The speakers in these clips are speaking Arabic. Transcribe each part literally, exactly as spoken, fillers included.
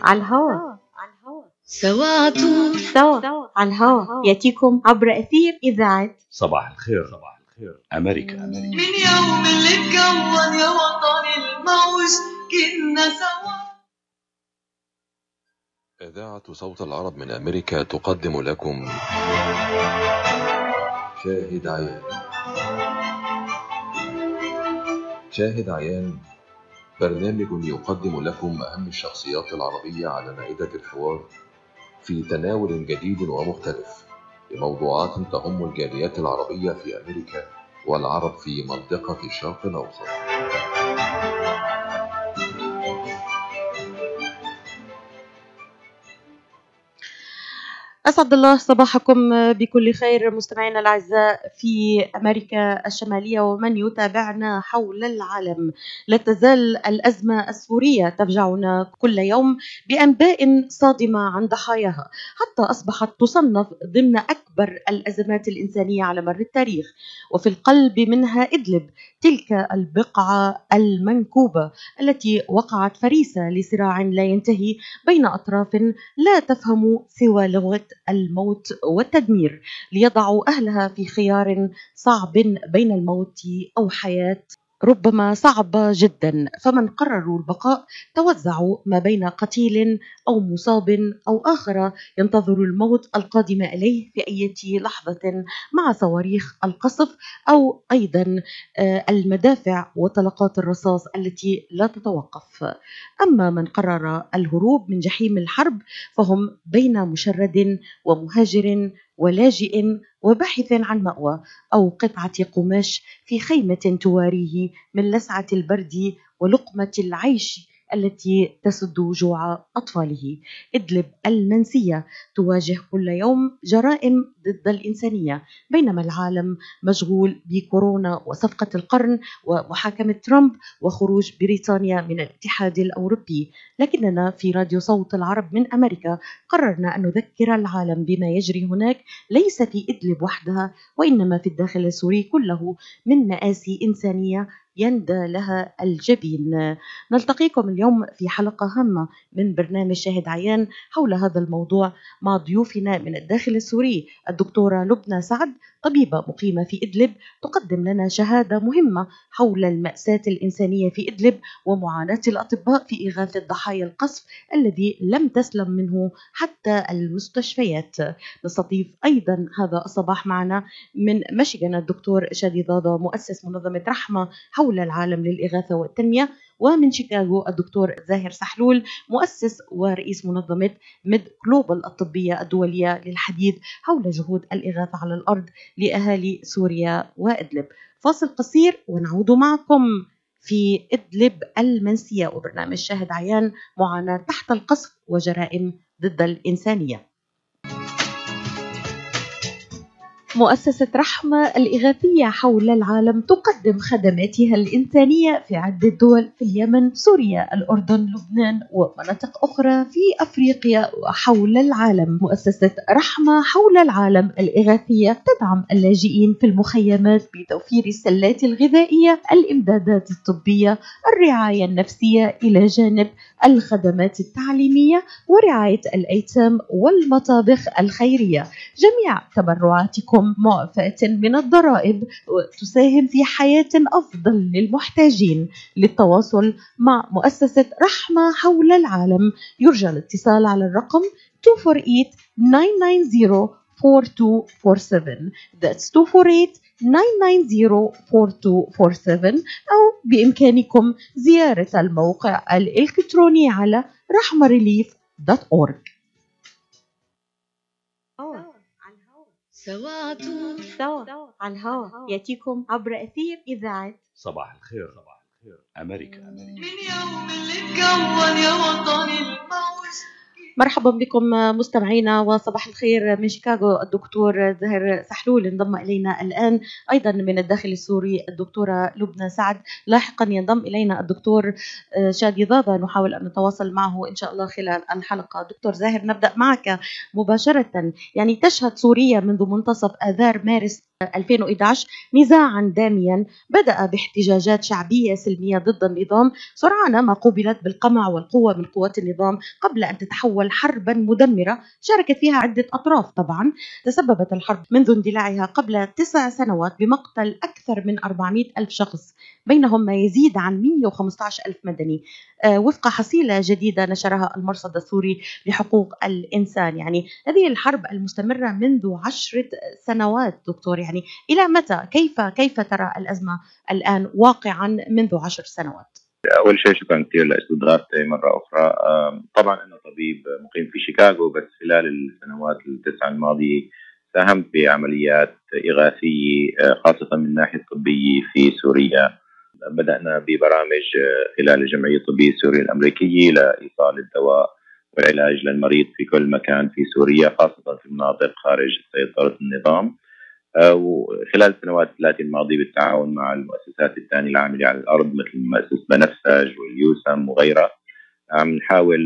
على الهوا سوا طول سوا على الهوا ياتيكم عبر أثير إذاعة صباح الخير. صباح الخير أمريكا. أمريكا من يوم اللي اتكون يا وطن الموج كنا سوا. إذاعة صوت العرب من أمريكا تقدم لكم شاهد عيان. شاهد عيان برنامج يقدم لكم أهم الشخصيات العربية على مائدة الحوار في تناول جديد ومختلف لموضوعات تهم الجاليات العربية في أمريكا والعرب في منطقة الشرق الأوسط. أسعد الله صباحكم بكل خير مستمعينا الأعزاء في أمريكا الشمالية ومن يتابعنا حول العالم. لا تزال الأزمة السورية تفجعنا كل يوم بأنباء صادمة عن ضحاياها، حتى أصبحت تصنف ضمن أكبر الأزمات الإنسانية على مر التاريخ، وفي القلب منها إدلب، تلك البقعة المنكوبة التي وقعت فريسة لصراع لا ينتهي بين أطراف لا تفهم سوى لغة الموت والتدمير، ليضعوا أهلها في خيار صعب بين الموت أو حياة ربما صعبة جدا. فمن قرروا البقاء توزعوا ما بين قتيل أو مصاب أو آخر ينتظر الموت القادم إليه في أي لحظة مع صواريخ القصف أو أيضا المدافع وطلقات الرصاص التي لا تتوقف. أما من قرر الهروب من جحيم الحرب فهم بين مشرد ومهاجر ولاجئ وباحث عن مأوى أو قطعة قماش في خيمة تواريه من لسعة البرد ولقمة العيش التي تسد جوع أطفاله. إدلب المنسية تواجه كل يوم جرائم ضد الإنسانية، بينما العالم مشغول بكورونا وصفقة القرن ومحاكمة ترامب وخروج بريطانيا من الاتحاد الأوروبي. لكننا في راديو صوت العرب من أمريكا قررنا أن نذكر العالم بما يجري هناك، ليس في إدلب وحدها وإنما في الداخل السوري كله من مآسي إنسانية يندى لها الجبين. نلتقيكم اليوم في حلقة هامة من برنامج شاهد عيان حول هذا الموضوع مع ضيوفنا من الداخل السوري الدكتورة لبنى سعد، طبيبة مقيمة في إدلب، تقدم لنا شهادة مهمة حول المأساة الإنسانية في إدلب ومعاناة الأطباء في إغاثة ضحايا القصف الذي لم تسلم منه حتى المستشفيات. نستضيف أيضا هذا الصباح معنا من ميشيغان الدكتور شادي ضاضة، مؤسس منظمة رحمة حول العالم للإغاثة والتنمية، ومن شيكاغو الدكتور زاهر سحلول، مؤسس ورئيس منظمة ميد جلوبال الطبية الدولية للحديث حول جهود الإغاثة على الأرض لأهالي سوريا وإدلب. فاصل قصير ونعود معكم في إدلب المنسية وبرنامج شاهد عيان، معاناة تحت القصف وجرائم ضد الإنسانية. مؤسسة رحمة الإغاثية حول العالم تقدم خدماتها الإنسانية في عدة دول في اليمن، سوريا، الأردن، لبنان ومناطق أخرى في أفريقيا وحول العالم. مؤسسة رحمة حول العالم الإغاثية تدعم اللاجئين في المخيمات بتوفير السلات الغذائية، الإمدادات الطبية، الرعاية النفسية، إلى جانب الخدمات التعليمية ورعاية الأيتام والمطابخ الخيرية. جميع تبرعاتكم معفاة من الضرائب وتساهم في حياة أفضل للمحتاجين. للتواصل مع مؤسسة رحمة حول العالم يرجى الاتصال على الرقم two four eight nine nine zero four two four seven. That's two four eight nine nine zero four two four seven. أو بإمكانكم زيارة الموقع الإلكتروني على رحمة ريليف دوت أورج. سوا طول سوا على الهوا ياتيكم عبر أثير إذاعة صباح الخير. صباح الخير أمريكا. أمريكا من يوم اللي اتكون يا وطن الموج. مرحبا بكم مستمعينا وصباح الخير من شيكاغو. الدكتور زاهر سحلول انضم إلينا الآن، أيضا من الداخل السوري الدكتورة لبنى سعد، لاحقا ينضم إلينا الدكتور شادي ضاضة، نحاول أن نتواصل معه إن شاء الله خلال الحلقة. دكتور زاهر، نبدأ معك مباشرة. يعني تشهد سوريا منذ منتصف آذار مارس ألفين وإحدى عشر نزاعا داميا بدأ باحتجاجات شعبية سلمية ضد النظام، سرعان ما قوبلت بالقمع والقوة من قوات النظام قبل أن تتحول حربا مدمرة شاركت فيها عدة أطراف. طبعا تسببت الحرب منذ اندلاعها قبل تسع سنوات بمقتل أكثر من أربعمائة ألف شخص، بينهم ما يزيد عن مئة وخمسة عشر ألف مدني، آه وفق حصيلة جديدة نشرها المرصد السوري لحقوق الإنسان. يعني هذه الحرب المستمرة منذ عشرة سنوات دكتور، يعني إلى متى؟ كيف كيف ترى الأزمة الآن واقعا منذ عشر سنوات؟ أول شيء شكرا كثير لاستضافتي مرة أخرى. طبعا أنا طبيب مقيم في شيكاغو، بس خلال السنوات التسعة الماضية ساهمت بعمليات إغاثية خاصة من الناحية الطبية في سوريا. بدأنا ببرامج خلال الجمعية الطبية السورية الأمريكية لإيصال الدواء والعلاج للمريض في كل مكان في سوريا، خاصة في مناطق خارج سيطرة النظام. وخلال السنوات الثلاثة الماضية بالتعاون مع المؤسسات الثانية العاملة على الأرض مثل مؤسسة بنفسج واليوسم وغيرها، عم نحاول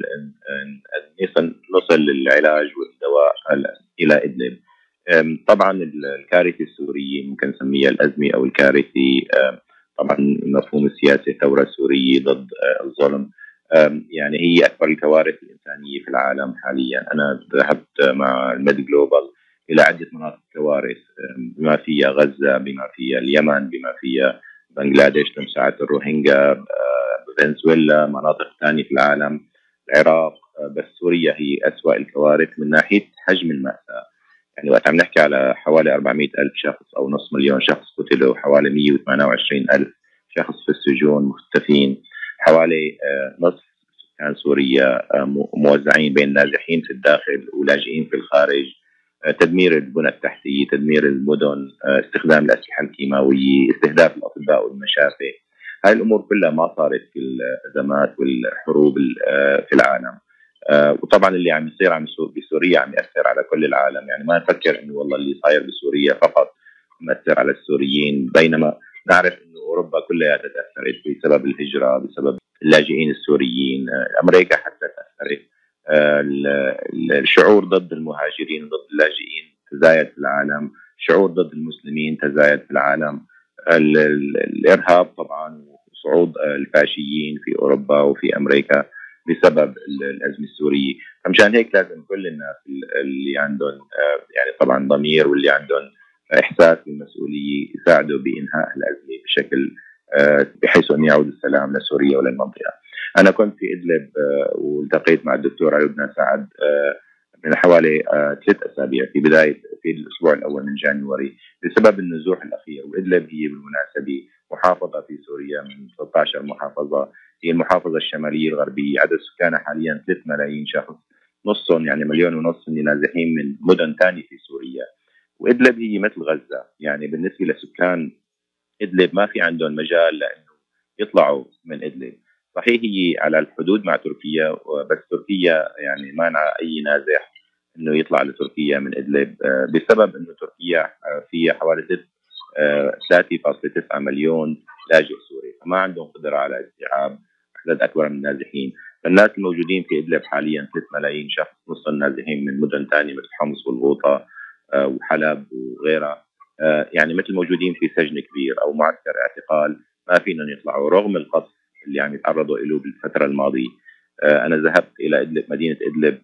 أن نصل للعلاج والدواء إلى إدلب. طبعا الكارثة السورية ممكن نسميها الأزمة أو الكارثة، طبعا المفهوم السياسي الثورة السورية ضد الظلم، يعني هي أكبر الكوارث الإنسانية في العالم حاليا. أنا ذهبت مع الميد جلوبال إلى عدة مناطق كوارث بما فيها غزة، بما فيها اليمن، بما فيها بنغلاديش لمساعدة الروهينجا، فنزويلا، مناطق ثانية في العالم، العراق. بس سوريا هي أسوأ الكوارث من ناحية حجم المأساة. يعني وقت عم نحكي على حوالي أربعمائة ألف شخص أو نصف مليون شخص قتلوا، حوالي مئة وثمانية وعشرين ألف شخص في السجون مختفين، حوالي نصف سكان سوريا موزعين بين نازحين في الداخل ولاجئين في الخارج، تدمير البنى التحتية، تدمير المدن، استخدام الأسلحة الكيماوية، استهداف الأطباء والمشافي. هاي الأمور كلها ما صارت في الأزمات والحروب في العالم. وطبعا اللي عم يصير عم يصير بسوريا عم يأثر على كل العالم. يعني ما نفكر إنه والله اللي صاير بسوريا فقط مأثر على السوريين، بينما نعرف إنه أوروبا كلها تأثرت بسبب الهجرة، بسبب اللاجئين السوريين. أمريكا حتى تأثرت. الشعور ضد المهاجرين ضد اللاجئين تزايد في العالم، الشعور ضد المسلمين تزايد في العالم، الإرهاب طبعا، وصعود الفاشيين في أوروبا وفي أمريكا بسبب الأزمة السورية. فمشان هيك لازم كل الناس اللي عندهم يعني طبعا ضمير واللي عندهم إحساس بالمسؤولية يساعدوا بإنهاء الأزمة بشكل بحيث أن يعود السلام لسوريا وللمنطقة. أنا كنت في إدلب والتقيت مع الدكتورة لبنى سعد من حوالي ثلاث أسابيع في بداية في الأسبوع الأول من جانيوري بسبب النزوح الأخير. وإدلب هي بالمناسبة محافظة في سوريا من ستة عشر محافظة، هي المحافظة الشمالية الغربية، عدد سكانها حاليا ثلاثة ملايين شخص، نصهم يعني مليون ونص اللي نازحين من مدن ثانية في سوريا. وإدلب هي مثل غزة، يعني بالنسبة لسكان إدلب ما في عندهم مجال لأنه يطلعوا من إدلب. صحيح هي على الحدود مع تركيا، بس تركيا يعني مانع أي نازح إنه يطلع لتركيا من إدلب بسبب إنه تركيا فيها حوالي ثلاثة فاصلة تسعة مليون لاجئ سوري، فما عندهم قدرة على استيعاب عدد أكبر من النازحين. فالناس الموجودين في إدلب حاليا ثلاثة ملايين شخص، نص النازحين من مدن ثانية مثل حمص والغوطة وحلب وغيرها، يعني مثل موجودين في سجن كبير أو معسكر اعتقال، ما فينا يطلعوا رغم القصف اللي عم يتعرضوا له بالفترة الماضية. أنا ذهبت إلى إدلب، مدينة إدلب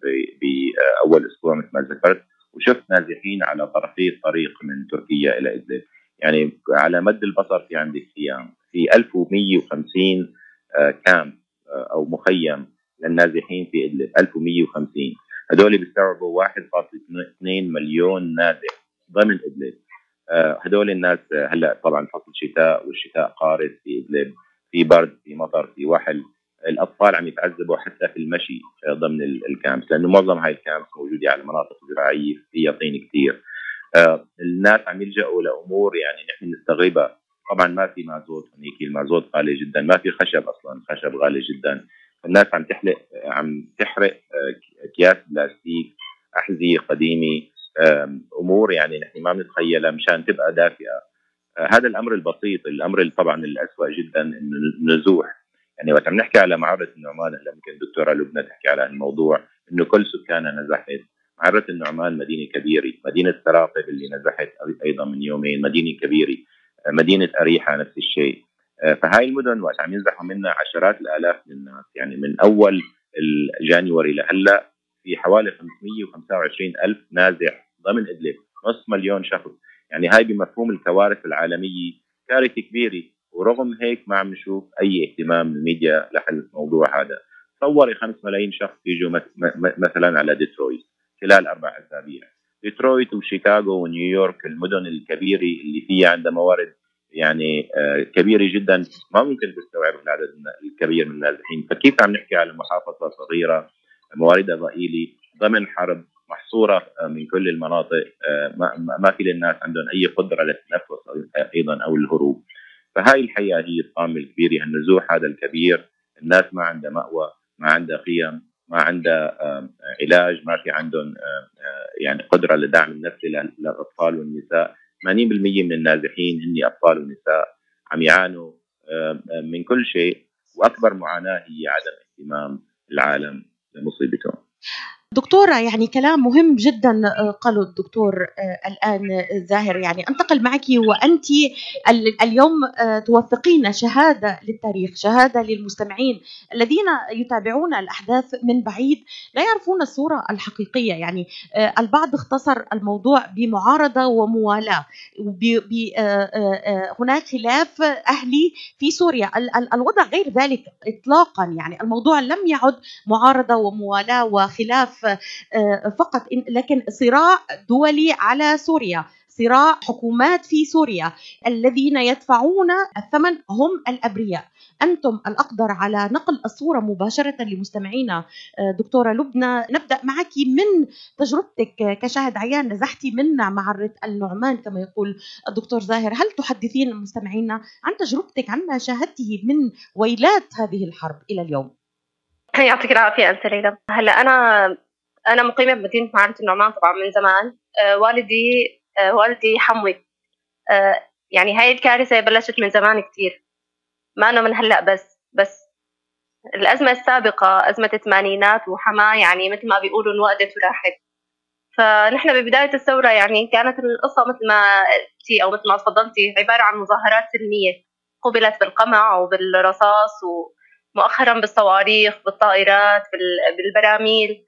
بأول أسبوع مثل ما ذكرت، وشفت نازحين على طرفي الطريق من تركيا إلى إدلب. يعني على مد البصر في عندك خيام، في ألف ومئة وخمسين كامب أو مخيم للنازحين في إدلب، ألف ومئة وخمسين. هدول بيستوعبوا واحد فاصلة اثنين مليون نازح ضمن إدلب. هدول الناس هلا طبعا فصل شتاء، والشتاء قارس في إدلب، في برد، في مطر، في وحل. الأطفال عم يتعذبوا حتى في المشي ضمن الكامبس، لأنه معظم هاي الكامبس موجودة على مناطق زراعية فيها طين كتير. آه الناس عم يلجأوا لأمور يعني نحن نستغربها. طبعا ما في مازوت هنيك، المازوت غالي جدا، ما في خشب أصلا، خشب غالي جدا. الناس عم تحرق عم تحرق آه أكياس بلاستيك، أحذية قديمة، آه أمور يعني نحن ما بنتخيلها مشان تبقى دافئة. آه هذا الأمر البسيط. الأمر طبعا الأسوأ جدا إنه النزوح. يعني وقت عم نحكي على معرة النعمان، هلا ممكن الدكتورة لبنى تحكي على الموضوع إنه كل سكانها نزحت، معرة النعمان مدينة كبيرة، مدينة سراقب اللي نزحت أيضا من يومين مدينة كبيرة، مدينة أريحة نفس الشيء. فهاي المدن وقت عم ينزحوا منها عشرات الآلاف من الناس، يعني من أول الجانيوري لهلا في حوالي خمسمية وخمسة وعشرين ألف نازح ضمن إدلب، نص مليون شخص. يعني هاي بمفهوم الكوارث العالمية كارثة كبيرة، ورغم هيك ما عم نشوف أي اهتمام من الميديا لحل الموضوع هذا. تصوري خمس ملايين شخص يجوا مثلا على ديترويت خلال أربع أسابيع. ديترويت وشيكاغو ونيويورك المدن الكبيرة اللي فيها عندها موارد يعني كبيرة جدا ما ممكن تستوعب العدد الكبير من النازحين. فكيف عم نحكي على محافظة صغيرة مواردها ضئيلة ضمن حرب محصورة من كل المناطق، ما في للناس عندهم أي قدرة للتنفس أيضا أو الهروب. فهاي الحقيقة هي الطامة الكبيرة، النزوح هذا الكبير، الناس ما عندها مأوى، ما عندها قيم، ما عندها علاج، ما في عندهم يعني قدرة لدعم النفسي للأطفال والنساء. ثمانين بالمئة من النازحين هن أطفال ونساء عم يعانوا من كل شيء، وأكبر معاناة هي عدم اهتمام العالم لمصيبتهم. دكتورة، يعني كلام مهم جدا قاله الدكتور الآن زاهر. يعني أنتقل معك وأنت اليوم توثقين شهادة للتاريخ، شهادة للمستمعين الذين يتابعون الأحداث من بعيد لا يعرفون الصورة الحقيقية. يعني البعض اختصر الموضوع بمعارضة وموالاة، هناك خلاف أهلي في سوريا. الوضع غير ذلك إطلاقا، يعني الموضوع لم يعد معارضة وموالاة وخلاف فقط، لكن صراع دولي على سوريا، صراع حكومات في سوريا. الذين يدفعون الثمن هم الأبرياء. أنتم الأقدر على نقل الصورة مباشرة لمستمعينا. دكتورة لبنى، نبدأ معك من تجربتك كشاهد عيان، نزحتي من معرة النعمان كما يقول الدكتور زاهر. هل تحدثين مستمعينا عن تجربتك، عن ما شاهدته من ويلات هذه الحرب إلى اليوم؟ يعطيك العافية أنت ليلى. هلا أنا أنا مقيمة بمدينة معرة النعمان طبعا من زمان. آه والدي آه والدي حموي. آه يعني هاي الكارثة بلشت من زمان كتير، ما أنا من هلأ بس بس الأزمة السابقة أزمة الثمانينات وحما يعني مثل ما بيقولوا انوقدت وراحت. فنحن ببداية الثورة يعني كانت القصة مثل ما قلتي أو مثل ما تفضلتي عبارة عن مظاهرات سلمية قبلت بالقمع وبالرصاص، ومؤخرا بالصواريخ، بالطائرات، بالبراميل،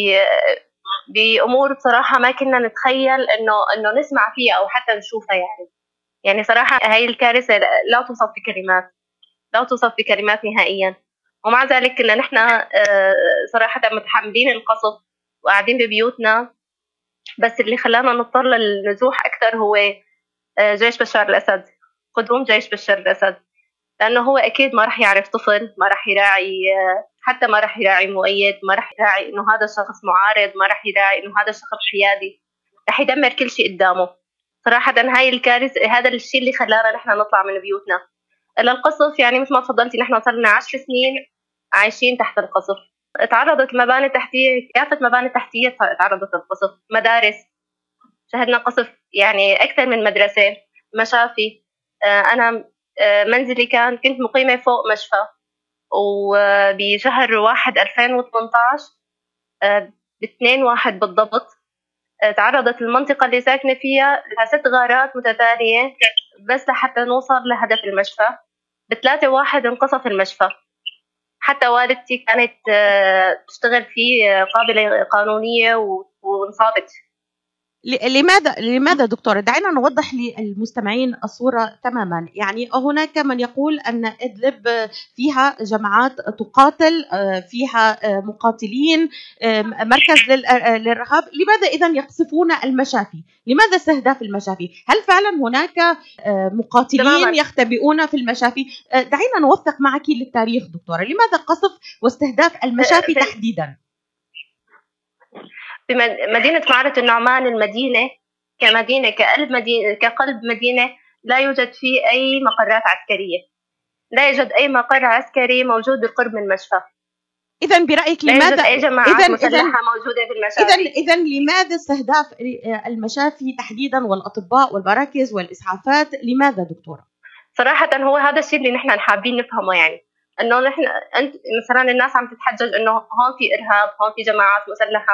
بأمور بصراحة ما كنا نتخيل إنه إنه نسمع فيها أو حتى نشوفها. يعني يعني صراحة هاي الكارثة لا توصف بكلمات، لا توصف بكلمات نهائيا. ومع ذلك كنا نحن صراحة متحملين القصف وقاعدين ببيوتنا. بس اللي خلانا نضطر للنزوح أكثر هو جيش بشار الأسد، قدوم جيش بشار الأسد، لأنه هو أكيد ما رح يعرف طفل، ما رح يراعي، حتى ما رح يراعي مؤيد، ما رح يراعي إنه هذا الشخص معارض، ما رح يراعي إنه هذا الشخص حيادي، رح يدمر كل شيء قدامه. صراحة هاي الكارثة، هذا الشيء اللي خلانا نحن نطلع من بيوتنا. إلا القصف يعني مثل ما تفضلتي نحن صرنا عشر سنين عايشين تحت القصف. تعرضت المباني التحتية، كافة مباني التحتية تعرضت للقصف، مدارس شهدنا قصف يعني أكثر من مدرسة، مشافي. أنا منزلي كان كنت مقيمة فوق مشفى، وبشهر واحد ألفين وثمانية عشر باثنين واحد بالضبط تعرضت المنطقة اللي ساكنة فيها لها ست غارات متتالية بس لحتى نوصل لهدف المشفى. بثلاثة واحد انقصف المشفى. حتى والدتي كانت تشتغل فيه قابلة قانونية وانصابت. لماذا لماذا دكتورة؟ دعينا نوضح للمستمعين الصورة تماما. يعني هناك من يقول أن إدلب فيها جماعات تقاتل، فيها مقاتلين، مركز للإرهاب. لماذا إذن يقصفون المشافي؟ لماذا استهداف المشافي؟ هل فعلا هناك مقاتلين تماماً يختبئون في المشافي؟ دعينا نوثق معك للتاريخ دكتورة، لماذا قصف واستهداف المشافي تحديدا؟ في مدينة معرة النعمان، المدينة كمدينة كقلب مدينة كقلب مدينة لا يوجد فيه أي مقرات عسكرية، لا يوجد أي مقر عسكري موجود بالقرب من المشفى. إذن برأيك لماذا أي جماعات إذن مسلحة إذن موجودة في المشافي؟ إذن إذن لماذا استهداف المشافي تحديدا والأطباء والمراكز والإسعافات؟ لماذا دكتورة؟ صراحة هو هذا الشيء اللي نحن حابين نفهمه. يعني إنه نحن أنت مثلا الناس عم تتحجج إنه هون في إرهاب، هون في جماعات مسلحة.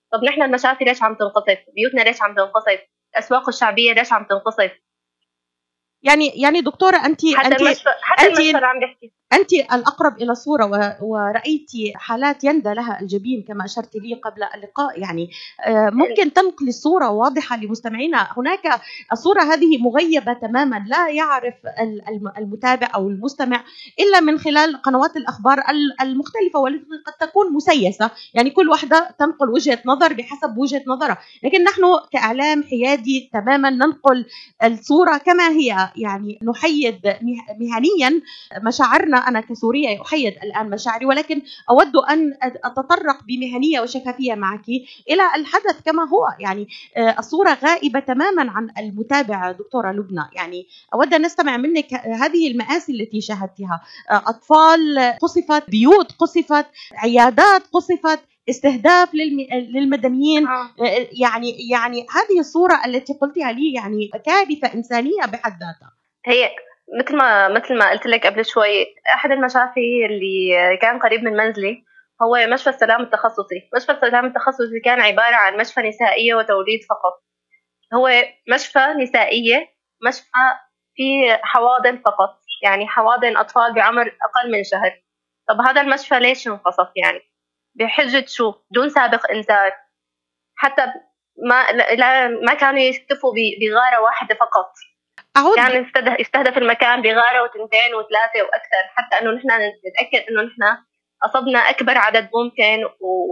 طب نحن المشافي ليش عم تنقصف؟ بيوتنا ليش عم تنقصف؟ الأسواق الشعبية ليش عم تنقصف؟ يعني يعني دكتورة أنت حتى أنت المشفى حتى أنت المشفى اللي عم بيحكي أنت الأقرب إلى الصورة ورأيتي حالات يندى لها الجبين كما أشرت لي قبل اللقاء. يعني ممكن تنقل الصورة واضحة لمستمعينا. هناك الصورة هذه مغيبة تماما، لا يعرف المتابع أو المستمع إلا من خلال قنوات الأخبار المختلفة والتي قد تكون مسيسة، يعني كل واحدة تنقل وجهة نظر بحسب وجهة نظرها، لكن نحن كإعلام حيادي تماما ننقل الصورة كما هي. يعني نحيد مهنيا مشاعرنا، أنا كسورية أحيد الآن مشاعري، ولكن أود أن أتطرق بمهنية وشفافية معك إلى الحدث كما هو. يعني الصورة غائبة تماما عن المتابع دكتورة لبنى. يعني أود أن نستمع منك هذه المآسي التي شاهدتها، أطفال قصفت، بيوت قصفت، عيادات قصفت، استهداف للمدنيين. يعني يعني هذه الصورة التي قلتها لي يعني كارثة إنسانية بحد ذاتها. هي مثل ما مثل ما قلت لك قبل شوي، أحد المشافي اللي كان قريب من منزلي هو مشفى السلام التخصصي. مشفى السلام التخصصي كان عبارة عن مشفى نسائية وتوليد فقط. هو مشفى نسائية، مشفى في حواضن فقط، يعني حواضن أطفال بعمر أقل من شهر. طب هذا المشفى ليش انقصف؟ يعني بحجة شو؟ دون سابق إنذار. حتى ما لا ما كانوا يكتفوا بغارة واحدة فقط، أعود. كان يستهدف المكان بغارة وتنتين وثلاثة وأكثر، حتى أنه نحن نتأكد أنه نحن أصبنا أكبر عدد ممكن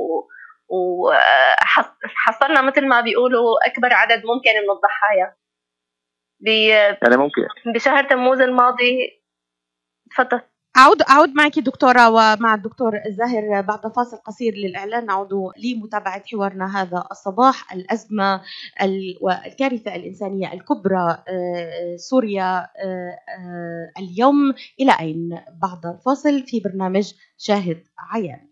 وحصلنا مثل ما بيقولوا أكبر عدد ممكن من الضحايا. أنا ممكن بشهر تموز الماضي. تفضل. أعود أعود معك دكتورة ومع الدكتور الزاهر بعد فاصل قصير للإعلان. نعود لمتابعة حوارنا هذا الصباح. الأزمة والكارثة الإنسانية الكبرى سوريا اليوم إلى أين؟ بعد الفاصل في برنامج شاهد عيان.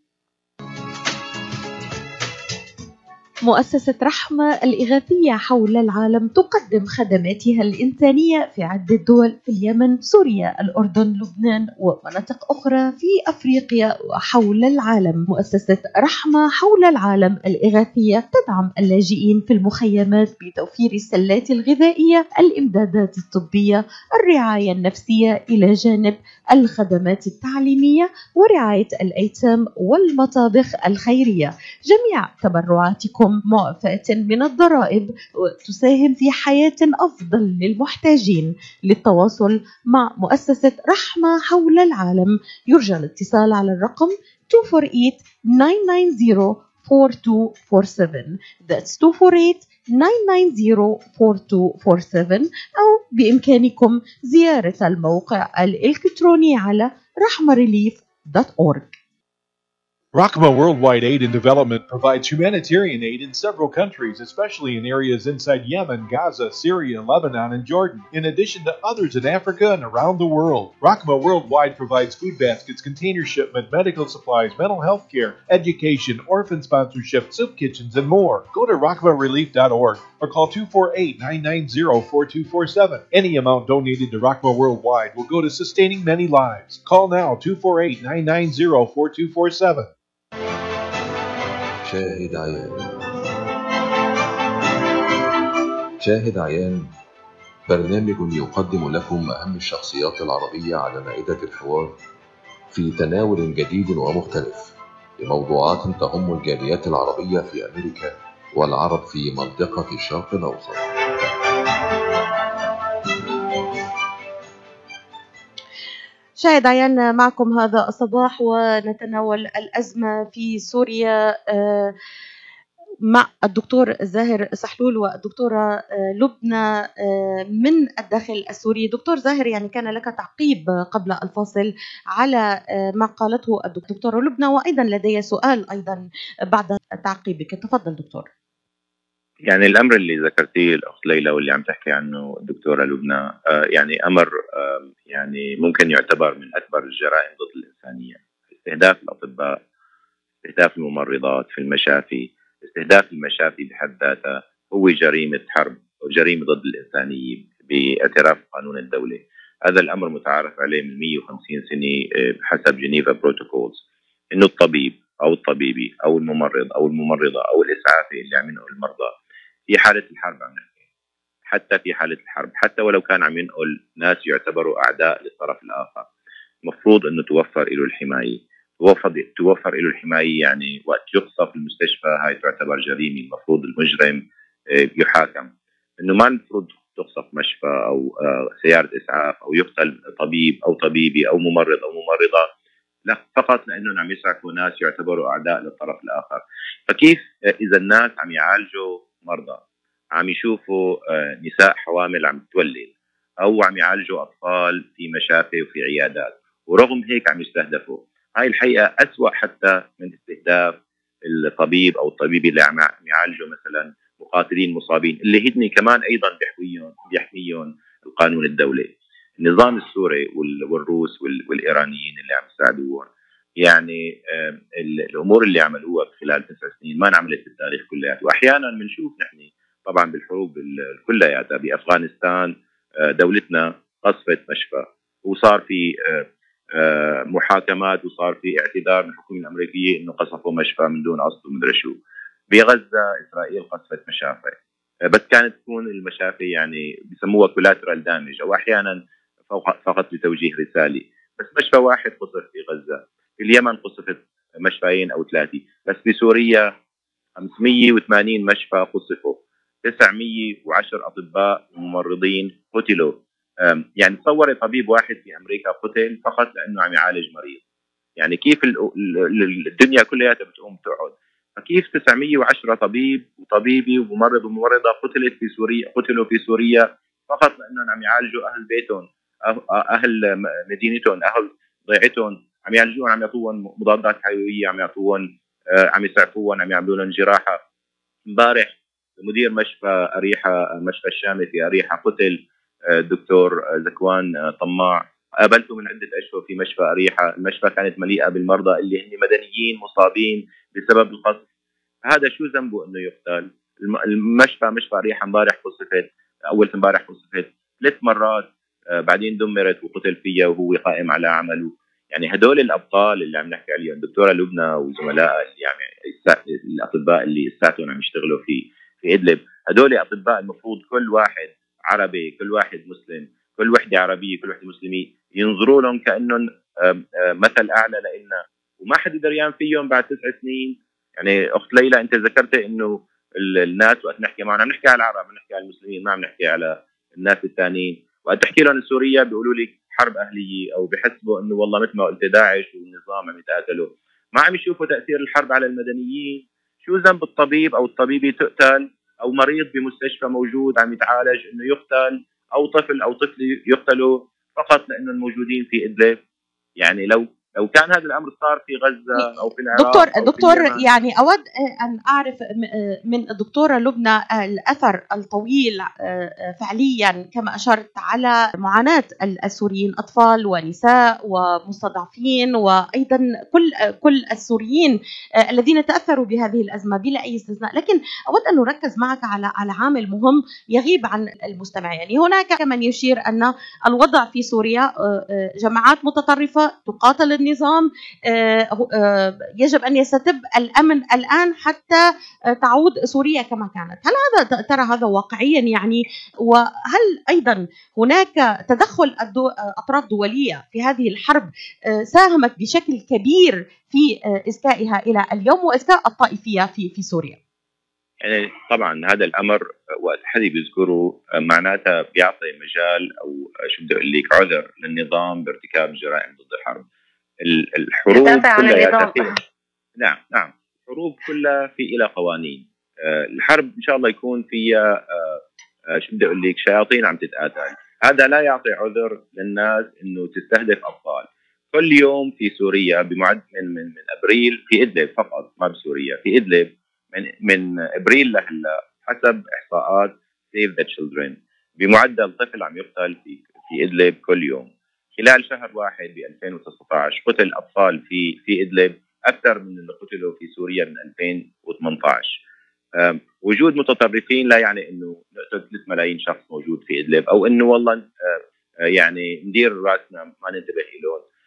مؤسسة رحمة الإغاثية حول العالم تقدم خدماتها الإنسانية في عدة دول في اليمن، سوريا، الأردن، لبنان ومناطق أخرى في أفريقيا وحول العالم. مؤسسة رحمة حول العالم الإغاثية تدعم اللاجئين في المخيمات بتوفير السلات الغذائية، الإمدادات الطبية، الرعاية النفسية، إلى جانب الخدمات التعليمية ورعاية الأيتام والمطابخ الخيرية. جميع تبرعاتكم معفاة من الضرائب وتساهم في حياة أفضل للمحتاجين. للتواصل مع مؤسسة رحمة حول العالم يرجى الاتصال على الرقم two four eight nine nine zero four two four seven. That's two four eight nine nine zero four two four seven. أو بإمكانكم زيارة الموقع الإلكتروني على rahma relief dot org. Rahma Worldwide Aid and Development provides humanitarian aid in several countries, especially in areas inside Yemen, Gaza, Syria, Lebanon, and Jordan, in addition to others in Africa and around the world. Rahma Worldwide provides food baskets, container shipment, medical supplies, mental health care, education, orphan sponsorship, soup kitchens, and more. Go to rahma relief dot org or call two four eight nine nine zero four two four seven. Any amount donated to Rahma Worldwide will go to sustaining many lives. Call now two four eight nine nine zero four two four seven. شاهد عيان. شاهد عيان برنامج يقدم لكم أهم الشخصيات العربية على مائدة الحوار في تناول جديد ومختلف لموضوعات تهم الجاليات العربية في أمريكا والعرب في منطقة الشرق الأوسط. شاهد عيان معكم هذا الصباح، ونتناول الأزمة في سوريا مع الدكتور زاهر سحلول والدكتورة لبنى من الداخل السوري. دكتور زاهر، يعني كان لك تعقيب قبل الفاصل على ما قالته الدكتورة لبنى، وأيضا لدي سؤال أيضا بعد تعقيبك. تفضل دكتور. يعني الأمر اللي ذكرتيه الأخت ليلى واللي عم تحكي عنه الدكتورة لبنى يعني أمر يعني ممكن يعتبر من أكبر الجرائم ضد الإنسانية. استهداف الأطباء، استهداف الممرضات في المشافي، استهداف المشافي بحد ذاتها هو جريمة حرب وجريمة ضد الإنسانية باعتراف قانون الدولة. هذا الأمر متعارف عليه من مئة وخمسين سنة بحسب جنيفا بروتوكولز، إنه الطبيب أو الطبيبي أو الممرض أو الممرضة أو الإسعافي اللي عم ينقل المرضى في حالة الحرب، عم نحكي حتى في حالة الحرب، حتى ولو كان عم ينقل ناس يعتبروا أعداء للطرف الآخر، مفروض أنه توفر له الحماية. توفر توفر له الحماية، يعني وقت يقصف المستشفى هاي تعتبر جريمة، المفروض المجرم يحاكم. إنه ما المفروض تقصف مشفى أو سيارة إسعاف أو يقتل طبيب أو طبيبي أو ممرض أو ممرضة، لا، فقط لأنه عم يسعفوا ناس يعتبروا أعداء للطرف الآخر. فكيف إذا الناس عم يعالجوا مرضى، عم يشوفوا نساء حوامل عم تولد، أو عم يعالجوا أطفال في مشافي وفي عيادات، ورغم هيك عم يستهدفوا؟ هاي الحقيقة أسوأ حتى من استهداف الطبيب أو الطبيب اللي عم يعالجوا مثلا مقاتلين مصابين، اللي هدني كمان أيضا بيحميهم بيحميهم القانون الدولي. النظام السوري والروس والإيرانيين اللي عم يساعدوهم، يعني الأمور اللي عملوها خلال تسع سنين ما انعملت بالتاريخ كلياته. وأحيانا بنشوف نحن طبعا بالحروب كلياتها بأفغانستان دولتنا قصفت مشفى وصار في محاكمات وصار في اعتذار من الحكومة الأمريكية إنه قصفوا مشفى من دون قصد ومدري شو. بغزة إسرائيل قصفت مشافي، بس كانت تكون المشافي يعني بسموها كولاترال دامج أو أحيانا فقط لتوجيه رسالي. بس مشفى واحد قصف في غزة. في اليمن قصفت مشفيين أو ثلاثة، بس في سوريا خمسمية وثمانين مشفى قصفوا، تسعمية وعشرة أطباء وممرضين قتلوا. يعني تصوري طبيب واحد في أمريكا قتل فقط لأنه عم يعالج مريض. يعني كيف الدنيا كلها بتقوم تقعد؟ فكيف تسعمية وعشرة طبيب وطبيبي وممرض وممرضة قتلت في سوريا قتلوا في سوريا فقط لأنهم عم يعالجوا أهل بيتهم، أهل مدينتهم، أهل ضيعتهم، عم يعالجوهم، عم يعطوهم مضادات حيوية، عم يعطوهم، عم يسعفوهم، عم يعملوا لهم جراحة. امبارح مدير مشفى أريحة، مشفى الشامي في أريحة، قتل الدكتور زكوان طماع. قابلته من عدة أشهر في مشفى أريحة، المشفى كانت مليئة بالمرضى اللي هم مدنيين مصابين بسبب القصف. هذا شو ذنبه إنه يقتل؟ المشفى مشفى أريحة امبارح قصفت، أول امبارح قصفت ثلاث مرات، بعدين دمرت وقتل فيها وهو قائم على عمله. يعني هدول الأبطال اللي عم نحكي عليهم، الدكتورة لبنى وزملائها اللي يعني الأطباء اللي لساتهم عم يشتغلوا في في إدلب، هدول أطباء المفروض كل واحد عربي، كل واحد مسلم، كل وحدة عربية، كل وحدة مسلمة ينظروا لهم كأنهم مثل أعلى لإلنا، وما حد دريان فيهم بعد تسع سنين. يعني أخت ليلى أنت ذكرت إنه الناس وقت نحكي معنا عم نحكي على العرب، نحكي على المسلمين، ما عم نحكي على الناس الثانيين. وقت تحكي لهم سوريا بيقولوا لك حرب أهلية، أو بحسبوا إنه والله مثل ما قلت داعش والنظام عم يتقاتلوا، ما عم يشوفوا تأثير الحرب على المدنيين. شو ذنب الطبيب أو الطبيبة تقتل، أو مريض بمستشفى موجود عم يتعالج إنه يقتل، أو طفل أو طفل يقتلوا فقط لأنه الموجودين في إدلب؟ يعني لو لو كان هذا الأمر صار في غزة أو في العراق دكتور أو دكتور في اليمن. يعني أود أن أعرف من الدكتورة لبنى الأثر الطويل فعليا كما أشرت على معاناة السوريين، أطفال ونساء ومستضعفين، وأيضا كل كل السوريين الذين تأثروا بهذه الأزمة بلا أي استثناء. لكن أود أن نركز معك على على عامل مهم يغيب عن المستمع. يعني هناك من يشير أن الوضع في سوريا جماعات متطرفة تقاتل النظام، يجب أن يستتب الأمن الآن حتى تعود سوريا كما كانت. هل هذا ترى هذا واقعيا يعني؟ وهل أيضا هناك تدخل أطراف دولية في هذه الحرب ساهمت بشكل كبير في إسكائها إلى اليوم وإسكاء الطائفية في في سوريا؟ يعني طبعا هذا الأمر وقت حد بيذكره معناتها بيعطي مجال أو شو بدي أقول لك عذر للنظام بارتكاب جرائم ضد الحرب. الحروب كلها نعم نعم الحروب كلها في إلى قوانين. الحرب إن شاء الله يكون فيها شو بدي أقول لك شياطين عم تتقاتل، هذا لا يعطي عذر للناس إنه تستهدف أطفال. كل يوم في سوريا بمعدل من من من أبريل في إدلب فقط، ما بسوريا، في إدلب من من أبريل لهلا حسب إحصاءات Save the Children بمعدل طفل عم يقتل في في إدلب كل يوم. خلال شهر واحد ب ألفين وتسعة عشر قتل أطفال في في إدلب أكثر من اللي قتلوا في سوريا من ألفين وثمانية عشر. وجود متطرفين لا يعني إنه نقتل ثلاثة ملايين شخص موجود في إدلب، أو إنه والله يعني ندير راسنا ما ننتبه لهم.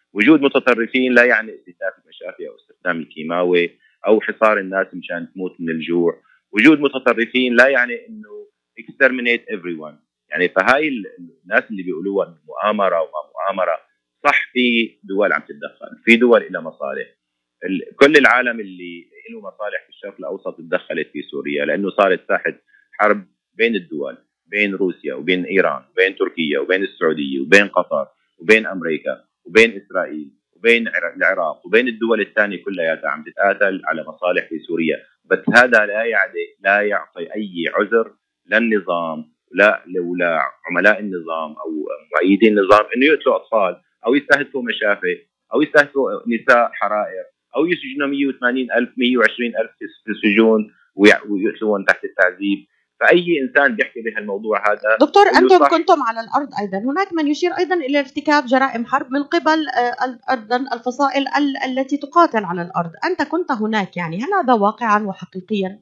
وجود متطرفين لا يعني استهداف المشافي أو استخدام الكيماوي أو حصار الناس مشان تموت من الجوع. وجود متطرفين لا يعني إنه exterminate everyone. يعني فهاي الناس اللي بيقولوها مؤامرة وما مؤامرة، صح في دول عم تتدخل، في دول إلى مصالح. كل العالم اللي له مصالح في الشرق الأوسط تدخلت في سوريا، لأنه صارت ساحة حرب بين الدول، بين روسيا وبين إيران وبين تركيا وبين السعودية وبين قطر وبين أمريكا وبين إسرائيل وبين العراق وبين الدول الثانية كلها عم تتقاتل على مصالح في سوريا. بس هذا لا يعني لا يعطي أي عذر للنظام لا ولا عملاء النظام أو مؤيدي النظام إنه يقتلوا أطفال أو يستهدفوا مشافي أو يستهدفوا نساء حرائر أو يسجنوا مئة وثمانين ألف مئة وعشرين ألف في السجون ويقتلون تحت التعذيب. فأي إنسان بيحكي بهالموضوع هذا. دكتور أنتم كنتم على الأرض أيضا، هناك من يشير أيضا إلى ارتكاب جرائم حرب من قبل أيضا الفصائل التي تقاتل على الأرض، أنت كنت هناك، يعني هل هذا واقعا وحقيقيا؟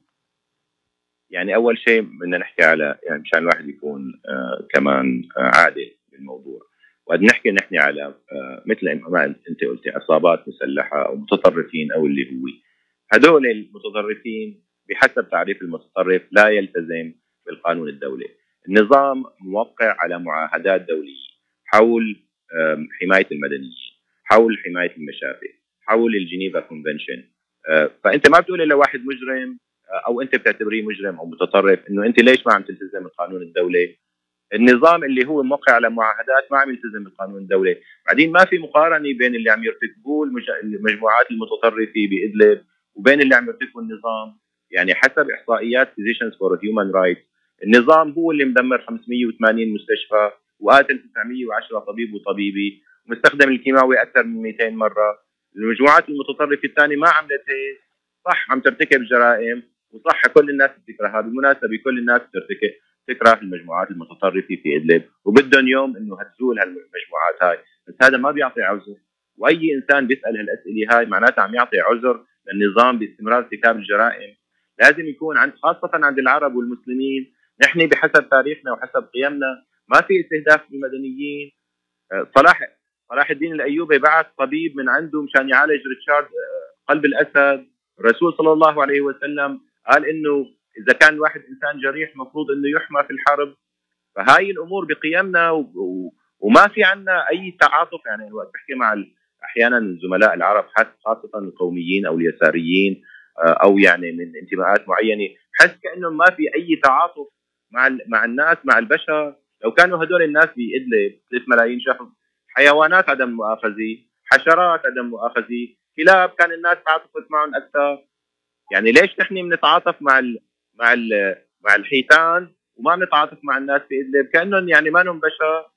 يعني أول شيء بدنا نحكي على يعني مشان الواحد يكون آه كمان آه عادل بالموضوع، وقد نحكي نحن على آه مثل ما أنت قلتي عصابات مسلحة أو متطرفين أو اللي هو هدول المتطرفين بحسب تعريف المتطرف لا يلتزم بالقانون الدولي. النظام موقع على معاهدات دولية حول حماية المدنيين، حول حماية المشافي، حول الجنيفا كونفنشن. فأنت ما بتقول إلا واحد مجرم أو أنت بتعتبريه مجرم أو متطرف إنه أنت ليش ما عم تلتزم القانون الدولي. النظام اللي هو موقع على معاهدات ما عم يلتزم بالقانون الدولي. بعدين ما في مقارنة بين اللي عم يرتكبوه المجموعات المتطرفة بإدلب وبين اللي عم يرتكبوا النظام. يعني حسب إحصائيات Physicians for Human Rights النظام هو اللي مدمر خمسمئة وثمانين مستشفى وقاتل تسعمئة وعشرة طبيب وطبيبي ومستخدم الكيماوي أكثر من مئتين مرة. المجموعات المتطرفة الثانية ما عملت هيك، صح عم ترتكب جرائم وصح كل الناس بتكرهها. بالمناسبة كل الناس ترتكب تكره المجموعات المتطرفة في إدلب وبدهم يوم إنه هتزول هالمجموعات هاي، بس هذا ما بيعطي عذر. وأي إنسان بيسأل هالأسئلة هاي معناتها عم يعطي عذر للنظام باستمرار ارتكاب الجرائم. لازم يكون عند خاصة عند العرب والمسلمين، نحن بحسب تاريخنا وحسب قيمنا ما في استهداف للمدنيين. صلاح صلاح الدين الأيوبي بعث طبيب من عنده مشان يعالج ريتشارد قلب الأسد. الرسول صلى الله عليه وسلم قال إنه إذا كان الواحد إنسان جريح مفروض إنه يحمى في الحرب. فهاي الأمور بقيمنا و... و... وما في عنا أي تعاطف. يعني وقت بحكي مع ال... أحيانا الزملاء العرب خاصة القوميين أو اليساريين أو يعني من انتماءات معينة، حس كأنه ما في أي تعاطف مع مع الناس مع البشر. لو كانوا هدول الناس بإدلب ثلاثة ملايين شخص حيوانات عدم مؤاخذة، حشرات عدم مؤاخذة، كلاب كان الناس تعاطفت معهم أكثر. يعني ليش نحن بنتعاطف مع ال مع ال مع الحيتان وما بنتعاطف مع الناس بإدلب كأنهم يعني ما لهم بشر؟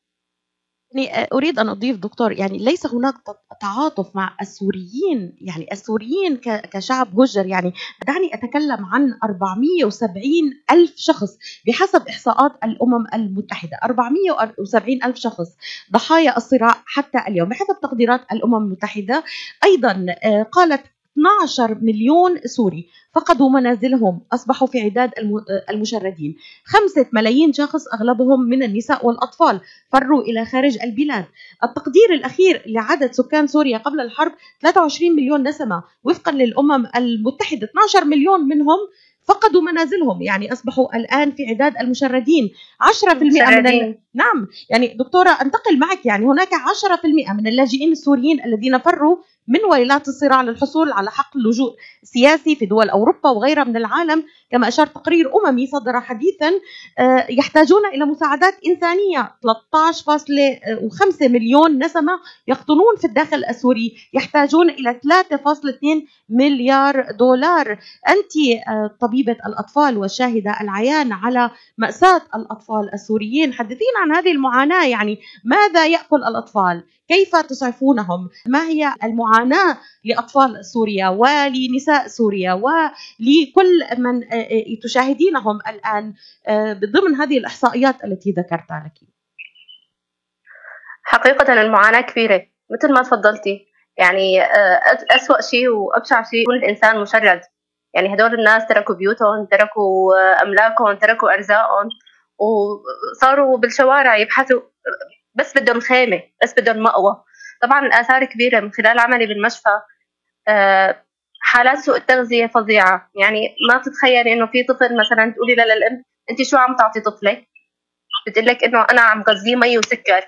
يعني أريد أن أضيف دكتور، يعني ليس هناك تعاطف مع السوريين، يعني السوريين كشعب هجر. يعني دعني أتكلم عن أربعمئة وسبعين ألف شخص بحسب إحصاءات الأمم المتحدة، أربعمئة وسبعين ألف شخص ضحايا الصراع حتى اليوم بحسب تقديرات الأمم المتحدة. أيضا قالت اثني عشر مليون سوري فقدوا منازلهم، أصبحوا في عداد المشردين. خمسة ملايين شخص أغلبهم من النساء والأطفال فروا إلى خارج البلاد. التقدير الأخير لعدد سكان سوريا قبل الحرب ثلاثة وعشرين مليون نسمة وفقا للأمم المتحدة. اثني عشر مليون منهم فقدوا منازلهم، يعني أصبحوا الآن في عداد المشردين. عشرة بالمئة من ال... نعم يعني دكتورة أنتقل معك، يعني هناك عشرة بالمئة من اللاجئين السوريين الذين فروا من ويلات الصراع للحصول على حق اللجوء السياسي في دول أوروبا وغيرها من العالم، كما أشار تقرير أممي صدر حديثا، يحتاجون إلى مساعدات إنسانية. ثلاثة عشر فاصلة خمسة مليون نسمة يقطنون في الداخل السوري، يحتاجون إلى ثلاثة فاصلة اثنين مليار دولار. أنت طبيبة الأطفال والشاهدة العيان على مأساة الأطفال السوريين، حدثينا عن هذه المعاناة. يعني ماذا يأكل الأطفال؟ كيف تسعفونهم؟ ما هي المعاناة لأطفال سوريا ولنساء سوريا ولكل من تشاهدينهم الآن ضمن هذه الإحصائيات التي ذكرتها لك؟ حقيقة المعاناة كبيرة مثل ما تفضلتي. يعني أسوأ شيء وأبشع شيء يكون الإنسان مشرد. يعني هدول الناس تركوا بيوتهم، تركوا أملاكهم، تركوا أرزاقهم وصاروا بالشوارع يبحثوا، بس بدهم خيمة، بس بدهم مأوى. طبعا الآثار كبيرة. من خلال عملي بالمشفى حالات سوء التغذية فظيعة. يعني ما تتخيلي إنه في طفل مثلا تقولي له للأم أنت شو عم تعطي طفلك؟ بتقلك إنه أنا عم غذيه مي وسكر،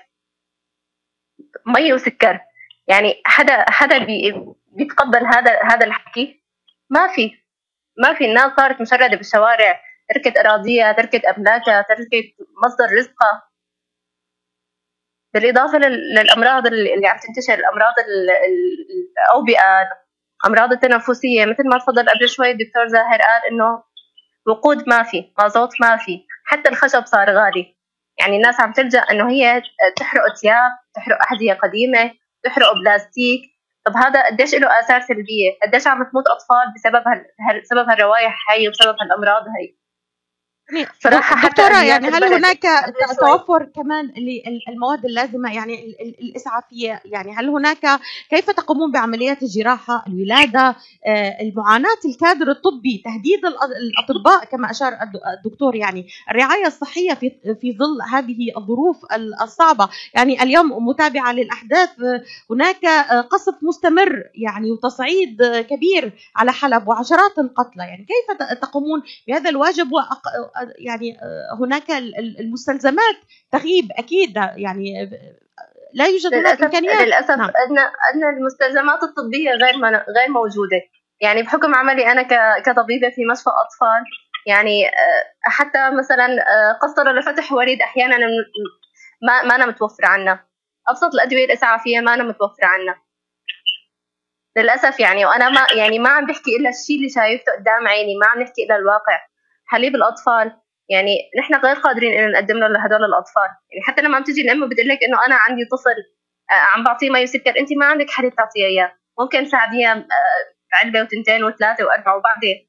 مي وسكر. يعني حدا حدا بي بيتقبل هذا هذا الحكي؟ ما في ما في. الناس صارت مشردة بالشوارع، تركت أراضيها، تركت أملاكها، تركت مصدر رزقها، بالإضافة للأمراض اللي عم تنتشر، الأمراض الأوبئة، أمراض التنفسية. مثل ما تفضل قبل شوي الدكتور زاهر قال إنه وقود ما في، مازوت ما في، حتى الخشب صار غالي. يعني الناس عم تلجأ إنه هي تحرق ثياب، تحرق أحذية قديمة، تحرق بلاستيك. طب هذا قديش له آثار سلبية؟ قديش عم تموت أطفال بسبب هال بسبب هالروائح هاي وبسبب هالأمراض هاي؟ صراحة دكتورة، يعني هل هناك توفر كمان للمواد اللازمة يعني الإسعافية؟ يعني هل هناك، كيف تقومون بعمليات الجراحة، الولادة، المعاناة الكادر الطبي، تهديد الأطباء كما أشار الدكتور، يعني الرعاية الصحية في في ظل هذه الظروف الصعبة؟ يعني اليوم متابعة للأحداث، هناك قصف مستمر يعني وتصعيد كبير على حلب وعشرات القتلى. يعني كيف تقومون بهذا الواجب؟ يعني هناك المستلزمات تغيب أكيد، يعني لا يوجد هناك إمكانيات. للأسف نعم. أدنى أدنى المستلزمات الطبية غير غير موجودة. يعني بحكم عملي أنا كطبيبة في مشفى أطفال، يعني حتى مثلا قسطرة لفتح وريد أحيانا ما ما أنا متوفرة عنا. أبسط الأدوية الإسعافية ما أنا متوفرة عنا للأسف. يعني وأنا ما يعني ما عم بحكي إلا الشيء اللي شايفته قدام عيني، ما عم نحكي إلا الواقع. حليب الأطفال يعني نحن غير قادرين إن نقدم له لهدول الأطفال. يعني حتى لما عم تجي الأم بتقول لك إنه أنا عندي طفل عم بعطيه مي وسكر، أنت ما عندك حليب تعطيه إياه، ممكن تساعديها علبة وتنتين وثلاثة وأربعة وبعدين.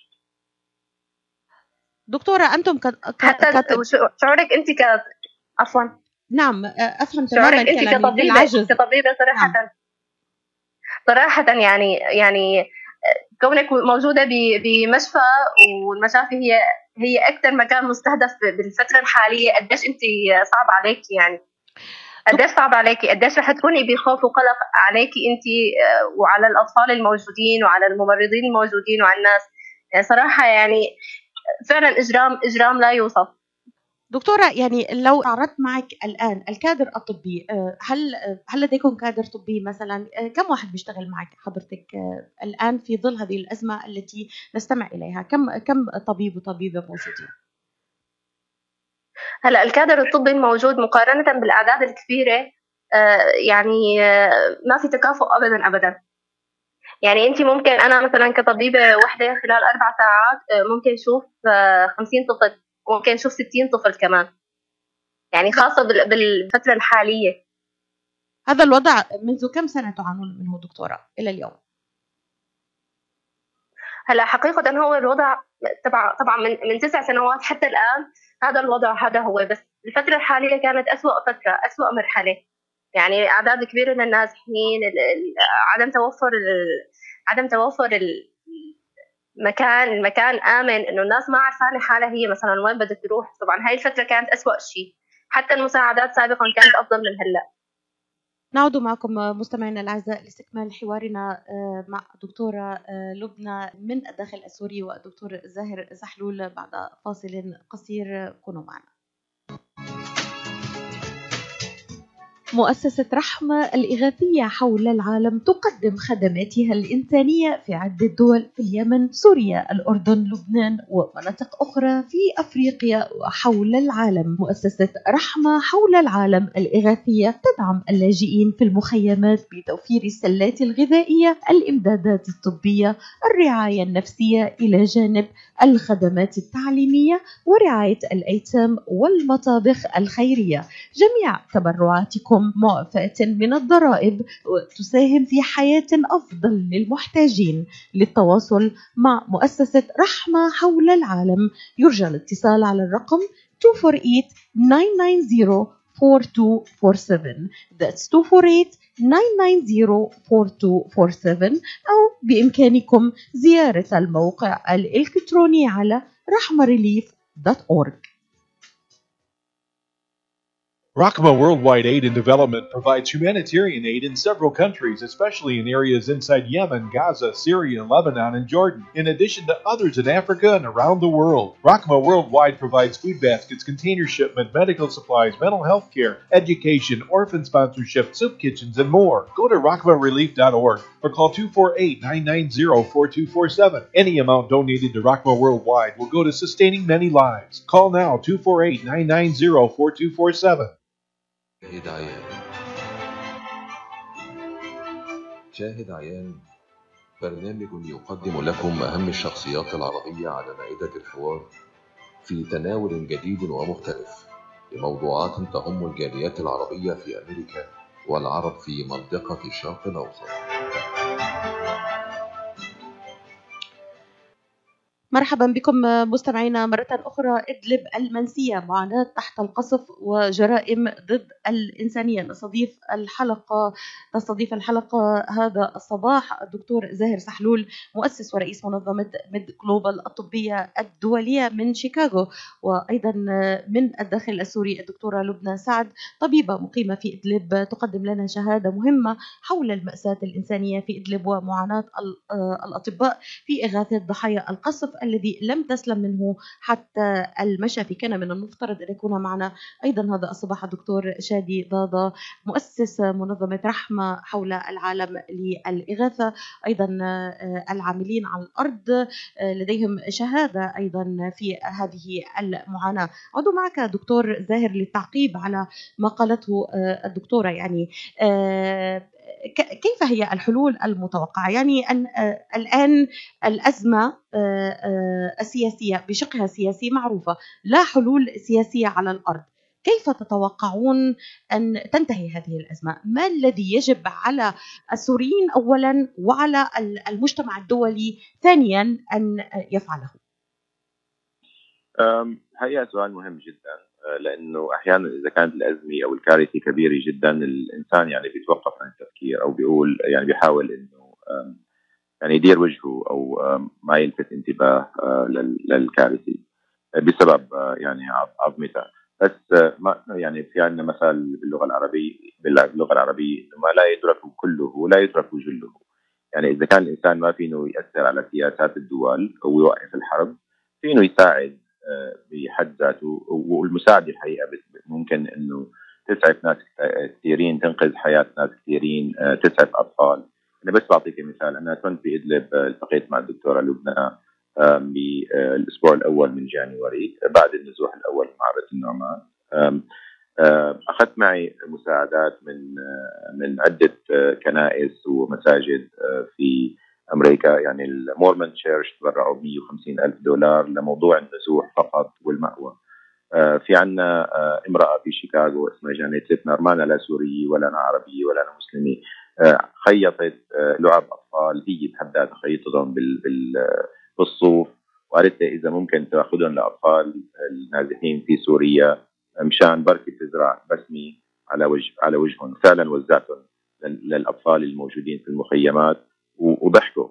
دكتورة أنتم ك... ك... حتى كت... شعورك أنت ك عفوا نعم أفهم تماما كلامي. أنت كطبيبة كطبيبة صراحة نعم. صراحة يعني يعني كونك موجودة بمشفى، والمشافي هي هي أكثر مكان مستهدف بالفترة الحالية، قديش أنت صعب عليك؟ يعني قديش صعب عليكي، قديش رح تكوني بخوف وقلق عليكي أنت وعلى الأطفال الموجودين وعلى الممرضين الموجودين وعلى الناس. يعني صراحة يعني فعلا إجرام إجرام لا يوصف. دكتورة، يعني لو عرضت معك الآن الكادر الطبي، هل هل لديكم كادر طبي مثلا؟ كم واحد بيشتغل معك حضرتك الآن في ظل هذه الأزمة التي نستمع إليها؟ كم كم طبيب وطبيبة موجودين؟ هلا الكادر الطبي الموجود مقارنة بالأعداد الكبيرة يعني ما في تكافؤ أبدا أبدا. يعني أنت ممكن أنا مثلا كطبيبة وحدة خلال أربع ساعات ممكن أشوف خمسين طفل، ممكن نشوف ستين طفل كمان، يعني خاصة بالفترة الحالية. هذا الوضع منذ كم سنة تعانون منه دكتورة إلى اليوم؟ هلا حقيقة هو الوضع طبعا طبعا من من تسع سنوات حتى الآن هذا الوضع هذا هو. بس الفترة الحالية كانت أسوأ فترة، أسوأ مرحلة. يعني أعداد كبيرة من النازحين، عدم توفر عدم توفر مكان المكان آمن، إنه الناس ما عارفة حالها هي مثلا وين بدها تروح. طبعا هاي الفترة كانت أسوأ شيء، حتى المساعدات سابقا كانت أفضل من هلا. نعود معكم مستمعينا الأعزاء لاستكمال حوارنا مع دكتورة لبنى من الداخل السوري والدكتور زاهر زحلول بعد فاصل قصير. كونوا معنا. مؤسسة رحمة الإغاثية حول العالم تقدم خدماتها الإنسانية في عدة دول في اليمن، سوريا، الأردن، لبنان ومناطق أخرى في أفريقيا وحول العالم. مؤسسة رحمة حول العالم الإغاثية تدعم اللاجئين في المخيمات بتوفير السلات الغذائية، الإمدادات الطبية، الرعاية النفسية، إلى جانب الخدمات التعليمية ورعاية الأيتام والمطابخ الخيرية. جميع تبرعاتكم معفاة من الضرائب وتساهم في حياة أفضل للمحتاجين. للتواصل مع مؤسسة رحمة حول العالم يرجى الاتصال على الرقم two four eight nine nine zero four two four seven. That's two four eight nine nine zero four two four seven. أو بإمكانكم زيارة الموقع الإلكتروني على rahmarelief dot org. Rakma Worldwide Aid and Development provides humanitarian aid in several countries, especially in areas inside Yemen, Gaza, Syria, Lebanon, and Jordan, in addition to others in Africa and around the world. Rakma Worldwide provides food baskets, container shipment, medical supplies, mental health care, education, orphan sponsorship, soup kitchens, and more. Go to rakma relief dot org or call two four eight, nine nine zero, four two four seven. Any amount donated to Rakma Worldwide will go to sustaining many lives. Call now two four eight, nine nine zero, four two four seven. شاهد عيان شاهد عيان برنامج يقدم لكم أهم الشخصيات العربية على مائدة الحوار في تناول جديد ومختلف لموضوعات تهم الجاليات العربية في أمريكا والعرب في منطقة الشرق الأوسط. مرحبا بكم مستمعينا مرة أخرى. إدلب المنسية، معاناة تحت القصف وجرائم ضد الإنسانية. نستضيف الحلقة تستضيف الحلقة هذا الصباح الدكتور زاهر سحلول، مؤسس ورئيس منظمة ميد جلوبال الطبية الدولية من شيكاغو، وأيضا من الداخل السوري الدكتورة لبنى سعد، طبيبة مقيمة في إدلب، تقدم لنا شهادة مهمة حول المأساة الإنسانية في إدلب ومعاناة الأطباء في إغاثة ضحايا القصف الذي لم تسلم منه حتى المشافي. كان من المفترض أن يكون معنا أيضا هذا الصباح الدكتور شادي ضاضة، مؤسس منظمة رحمة حول العالم للإغاثة، أيضا العاملين على الأرض لديهم شهادة أيضا في هذه المعاناة. أعود معك دكتور زاهر للتعقيب على ما قالته الدكتورة، يعني كيف هي الحلول المتوقعة؟ يعني أن الآن الأزمة السياسية بشقها السياسي معروفة، لا حلول سياسية على الأرض. كيف تتوقعون أن تنتهي هذه الأزمة؟ ما الذي يجب على السوريين أولا وعلى المجتمع الدولي ثانيا أن يفعله؟ هي سؤال مهم جدا، لأنه أحيانا إذا كانت الأزمة أو الكارثة كبيرة جدا الإنسان يعني بيتوقف عن التفكير أو بيقول يعني بيحاول إنه يعني يدير وجهه أو ما يلفت انتباه للكارثة بسبب يعني عظمتها. بس ما يعني في عندنا مثل باللغة العربية باللغة العربية إنه ما لا يدرك كله لا يترك جله. يعني إذا كان الإنسان ما فينه يأثر على سياسات الدول أو يوقف الحرب، فينه يساعد بحد ذاته، والمساعدة الحقيقة ممكن إنه تسعف ناس كثيرين، تنقذ حياة ناس كثيرين، تسعف أطفال. أنا بس بعطيك مثال، أنا كنت في إدلب، التقيت مع الدكتورة لبنى بالأسبوع الأول من جانيوري بعد النزوح الأول في معرة النعمان. أخذت معي مساعدات من من عدة كنائس ومساجد في أمريكا، يعني المورمون تشيرش تبرعوا ب مئة وخمسين ألف دولار لموضوع النزوح فقط والمأوى. في عنا امرأة في شيكاغو اسمها جانيت ليتنر، ما لا سورية ولا أنا عربية ولا أنا مسلمي، خيطت لعب أطفال، هي بحدها خيطتهم بالصوف، وقالت لي إذا ممكن تأخذهم لأطفال النازحين في سوريا مشان بركة تزرع بسمة على وجه على وجههم. فعلا وزعتهم للأطفال الموجودين في المخيمات وضحكوا.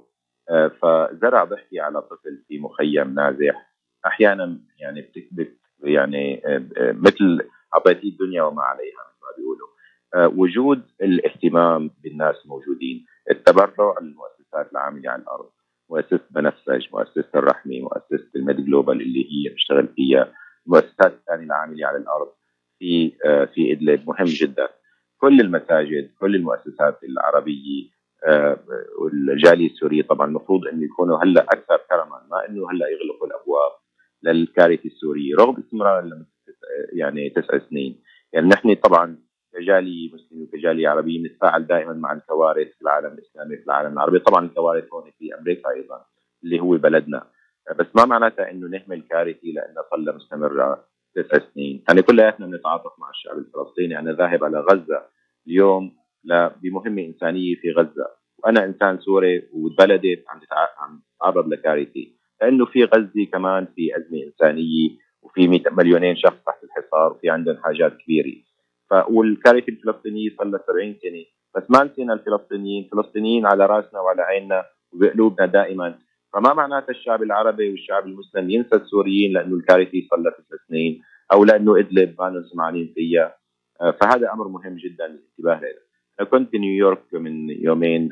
فزرع ضحكي على طفل في مخيم نازح أحيانا يعني بتكبت يعني مثل عطيتي الدنيا وما عليها مثل ما بيقولوا. وجود الاهتمام بالناس الموجودين، التبرع للمؤسسات العاملة على الأرض، مؤسسة بنفسج، مؤسسة الرحمة، مؤسسة الميد جلوبال اللي هي بتشتغل فيها، المؤسسات الثانية العاملة على الأرض في في إدلب مهم جدا. كل المساجد، كل المؤسسات العربية والجالية السورية طبعا المفروض أن يكونوا هلا أكثر كرما، ما أنه هلا يغلقوا الأبواب للكارثة السورية رغم استمرار يعني تسع سنين. يعني نحن طبعا كجالية مسلمة وكجالية عربية نتفاعل دائما مع الكوارث في العالم الإسلامي في العالم العربي، طبعا الكوارث هون في أمريكا أيضا اللي هو بلدنا، بس ما معناتها أنه نهمل كارثة لأنها صار مستمرة تسع سنين. يعني كلياتنا نتعاطف مع الشعب الفلسطيني. أنا ذاهب على غزة اليوم بمهمة إنسانية في غزة، وأنا إنسان سوري وبلدي عم عم تتعرض لكارثة، لأنه في غزة كمان في أزمة إنسانية وفي مليونين شخص تحت الحصار وفي عندهم حاجات كبيرة. والكارثة الفلسطينية صار لها سبعين سنة، بس ما نسينا الفلسطينيين، الفلسطينيين على راسنا وعلى عيننا وبقلوبنا دائما. فما معناتها الشعب العربي والشعب المسلم ينسى السوريين لأنه الكارثة صار لها تسع سنين، أو لأنه إدلب ما سمعانين فيها. فهذا أمر مهم جدا للانتباه له. أنا كنت في نيويورك من يومين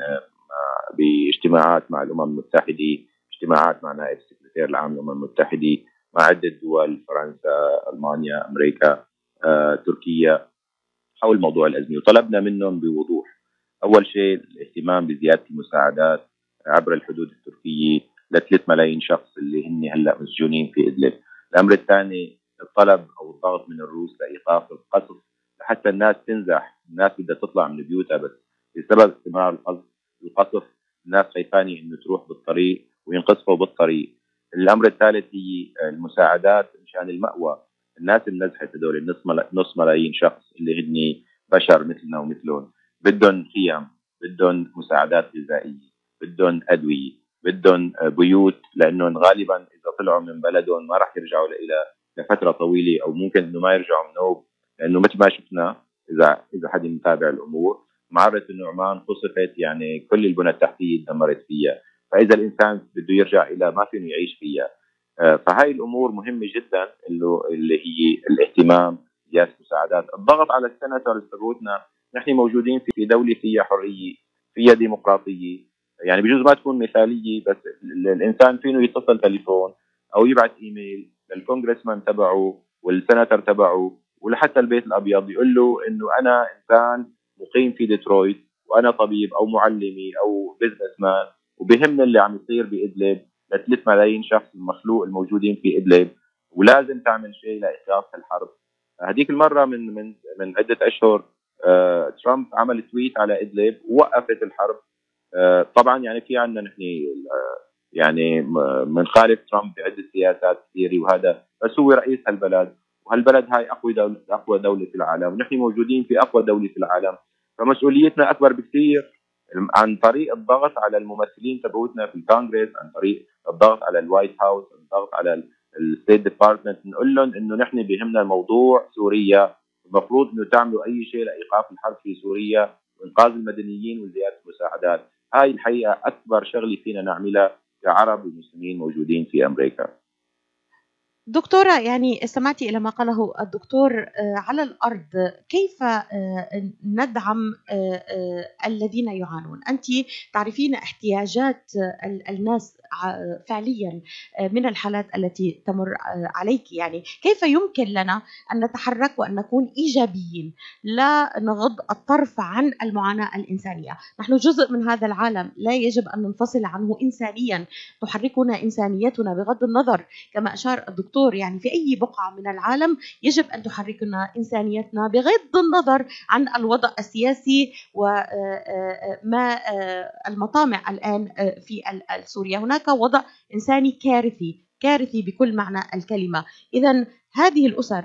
باجتماعات مع الأمم المتحدة، اجتماعات مع نائب السكرتير العام للأمم المتحدة، مع عدة دول، فرنسا، ألمانيا، أمريكا، آه، تركيا، حول موضوع الأزمة. وطلبنا منهم بوضوح أول شيء الاهتمام بزيادة المساعدات عبر الحدود التركية لثلاث ملايين شخص اللي هن هلا مسجونين في إدلب. الأمر الثاني الطلب أو الضغط من الروس لإيقاف القصف لحتى الناس تنزح، الناس بدها تطلع من بيوتها بس بسبب استمرار القصف الناس خايفانة إنه تروح بالطريق وينقصفوا بالطريق. الأمر الثالث هي المساعدات مشان المأوى، الناس اللي نزحت هدول النص ملا... نص ملايين شخص اللي هن بشر مثلنا ومثلهم، بدهم خيام، بدهم مساعدات غذائية، بدهم أدوية، بدهم بيوت، لأنهم غالبا إذا طلعوا من بلدهم ما راح يرجعوا إلى لفترة طويلة، أو ممكن إنه ما يرجعوا من نوب، لأنه مثل ما شفنا إذا إذا حد متابع الأمور معرة النعمان قصفت، يعني كل البنى التحتية تدمرت فيها، فإذا الإنسان بده يرجع إلى ما فينه يعيش فيها. فهاي الأمور مهمة جدا اللي هي الاهتمام بزيادة المساعدات، الضغط على السناتورز تبعوتنا. نحن موجودين في دولة فيها حرية، فيها ديمقراطية، يعني بجوز ما تكون مثالية، بس الإنسان فينه يتصل تليفون أو يبعث إيميل للكونغرسمان تبعه والسناتور تبعه ولحتى البيت الأبيض يقول له إنه أنا إنسان مقيم في ديترويت وأنا طبيب أو معلمي أو بزنس مان وبهمني اللي عم يصير بإدلب لثلاث ملايين شخص المخلوق الموجودين في إدلب، ولازم تعمل شيء لإيقاف الحرب. هذيك المرة من من من عدة أشهر آه، ترامب عمل تويت على إدلب ووقفت الحرب. آه، طبعا يعني في عندنا نحن آه، يعني بنخالف ترامب بعدة سياسات كثيرة وهذا، بس هو رئيس هالبلد، وهالبلد هاي أقوى دولة أقوى دولة في العالم، ونحن موجودين في أقوى دولة في العالم، فمسؤوليتنا أكبر بكثير عن طريق الضغط على الممثلين تبعوتنا في الكونغرس، عن طريق الضغط على الوايت هاوس، الضغط على الستيت ديبارتمنت، نقول لهم انه نحن بهمنا الموضوع سوريا، المفروض انه تعملوا اي شيء لايقاف الحرب في سوريا وانقاذ المدنيين وزياده المساعدات. هاي الحقيقه اكبر شغله فينا نعملها كعرب ومسلمين موجودين في امريكا. دكتورة، يعني استمعتي إلى ما قاله الدكتور على الأرض، كيف ندعم الذين يعانون؟ أنت تعرفين احتياجات الناس فعليا من الحالات التي تمر عليك، يعني كيف يمكن لنا أن نتحرك وأن نكون إيجابيين لا نغض الطرف عن المعاناة الإنسانية؟ نحن جزء من هذا العالم، لا يجب أن ننفصل عنه إنسانيا، تحركنا إنسانيتنا بغض النظر كما أشار الدكتور، يعني في أي بقعة من العالم يجب أن تحركنا إنسانيتنا بغض النظر عن الوضع السياسي وما المطامع الآن في سوريا. هناك وضع إنساني كارثي كارثي بكل معنى الكلمة. إذن هذه الأسر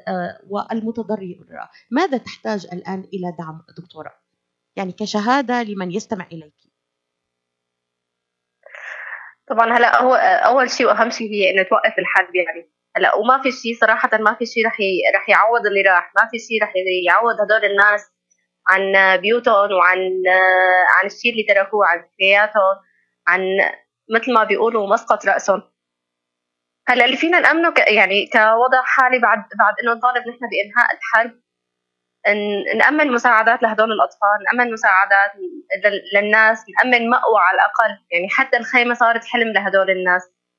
والمتضررة ماذا تحتاج الآن إلى دعم دكتورة، يعني كشهادة لمن يستمع إليك؟ طبعا هلا هو اول شيء واهم شيء هي انه توقف الحرب، يعني هلا وما في شيء صراحه، ما في شيء رح ي... رح يعوض اللي راح، ما في شيء رح يعوض هدول الناس عن بيوتهم وعن عن الشيء اللي تركوه، عن ذكرياتهم، عن مثل ما بيقولوا مسقط راسهم. هلا اللي فينا نامنه ك... يعني كوضع حالي بعد بعد انه نطالب نحن بانهاء الحرب، ان نامن مساعدات لهدول الاطفال، نامن مساعدات للناس، نامن مأوى على الاقل، يعني حتى الخيمه صارت حلم لهدول الناس،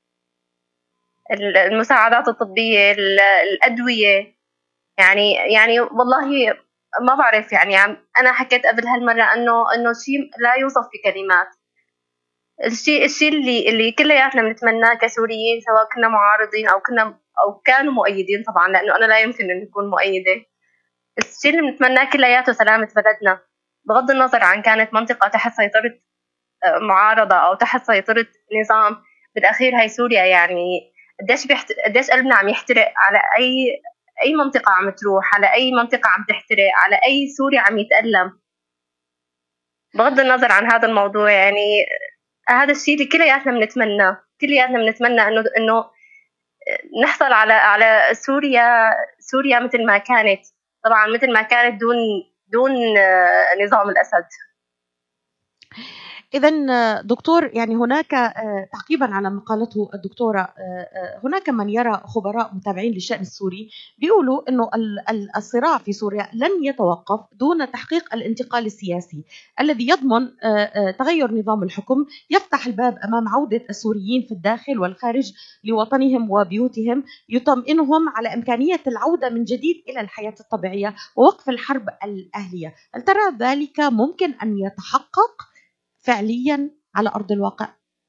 المساعدات الطبيه، الادويه، يعني يعني والله ما بعرف، يعني انا حكيت قبل هالمره انه انه شيء لا يوصف بكلمات. الشيء الشيء اللي اللي كلياتنا بنتمناه كسوريين، سواء كنا معارضين او كنا او كانوا مؤيدين، طبعا لانه انا لا يمكن ان اكون مؤيده، الشيء اللي بنتمناه كلياته سلامة بلدنا، بغض النظر عن كانت منطقة تحت سيطرة معارضة أو تحت سيطرة نظام. بالأخير هاي سوريا، يعني قديش بيحت... قديش قلبنا عم يحترق على أي أي منطقة عم تروح، على أي منطقة عم تحترق، على أي سوري عم يتألم. بغض النظر عن هذا الموضوع، يعني هذا الشيء اللي كلياتنا بنتمناه، كلياتنا بنتمنى إنه إنه نحصل على على سوريا سوريا مثل ما كانت، طبعا مثل ما كانت دون دون نظام الأسد. إذا دكتور، يعني هناك تعقيبا على ما قالته الدكتورة، هناك من يرى خبراء متابعين للشأن السوري بيقولوا أنه الصراع في سوريا لن يتوقف دون تحقيق الانتقال السياسي الذي يضمن تغير نظام الحكم، يفتح الباب أمام عودة السوريين في الداخل والخارج لوطنهم وبيوتهم، يطمئنهم على إمكانية العودة من جديد إلى الحياة الطبيعية ووقف الحرب الأهلية. هل ترى ذلك ممكن أن يتحقق فعليا على أرض الواقع؟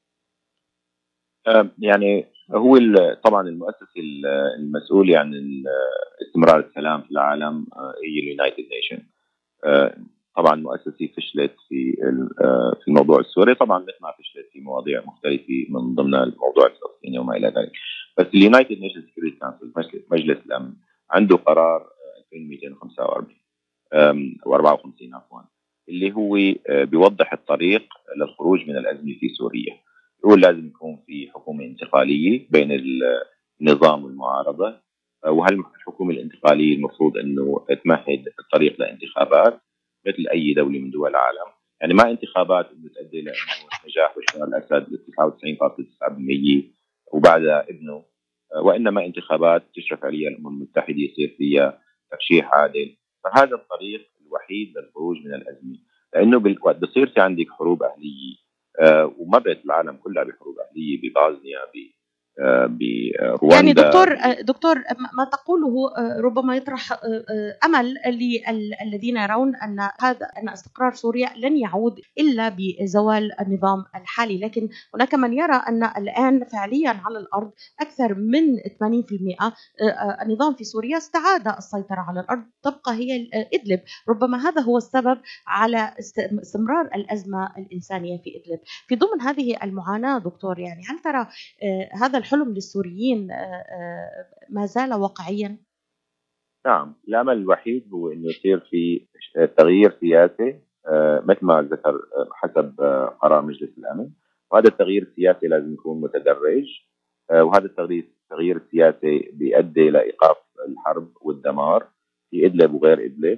يعني هو طبعا المؤسسة المسؤولة عن استمرار السلام في العالم هي اليونايتد نيشن. طبعا مؤسسة فشلت في في الموضوع السوري، طبعا مثل ما فشلت في مواضيع مختلفة من ضمن الموضوع الفلسطيني وما إلى ذلك. بس اليونايتد نيشن سكيورتي كونسل، مجلس الأمن، عنده قرار ألفين ومئتين وخمسة وأربعين أو أربعة وخمسين عفوا، اللي هو بيوضح الطريق للخروج من الأزمة في سوريا. يقول لازم يكون في حكومة انتقالية بين النظام والمعارضة، وهالحكومة الانتقالية المفروض أنه تمهد الطريق لانتخابات مثل أي دولة من دول العالم. يعني ما انتخابات أنه تؤدي لنجاح بشار الأسد ل تسعة وتسعين فاصلة تسعة بالمئة وبعدها ابنه، وإنما انتخابات تشرف عليها الأمم المتحدة يصير فيها ترشيح عادل. فهذا الطريق الوحيد للخروج من الأزمة، لأنه بالوقت بصير في عندك حروب أهلية، آه ومرت العالم كلها بحروب أهلية، ببازنيا، برواندا. يعني دكتور دكتور ما تقوله ربما يطرح امل للذين يرون ان هذا ان استقرار سوريا لن يعود الا بزوال النظام الحالي، لكن هناك من يرى ان الان فعليا على الارض اكثر من ثمانين بالمئة النظام في سوريا استعاد السيطره على الارض، تبقى هي ادلب. ربما هذا هو السبب على استمرار الازمه الانسانيه في ادلب. في ضمن هذه المعاناه دكتور، يعني هل ترى هذا الحلم للسوريين ما زال واقعيا؟ نعم، الأمل الوحيد هو أنه يصير في تغيير سياسي مثل ما ذكر حسب قرار مجلس الأمن، وهذا التغيير السياسي لازم يكون متدرج، وهذا التغيير السياسي بيؤدي لإيقاف الحرب والدمار في إدلب وغير إدلب.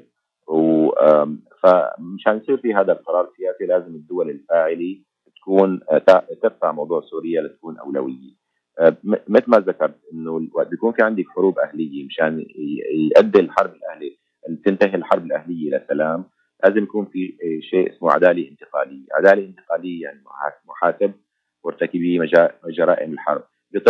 فمشان يصير في هذا القرار السياسي لازم الدول الفاعلة تكون ترفع موضوع سوريا لتكون أولوية. مثل ما ذكرت انه وقت بيكون في عندك حروب اهليه، مشان يؤدي الحرب الاهليه تنتهي الحرب الاهليه لسلام، لازم يكون في شيء اسمه عداله انتقاليه. عداله انتقاليه يعني محاسب مرتكبي جرائم الحرب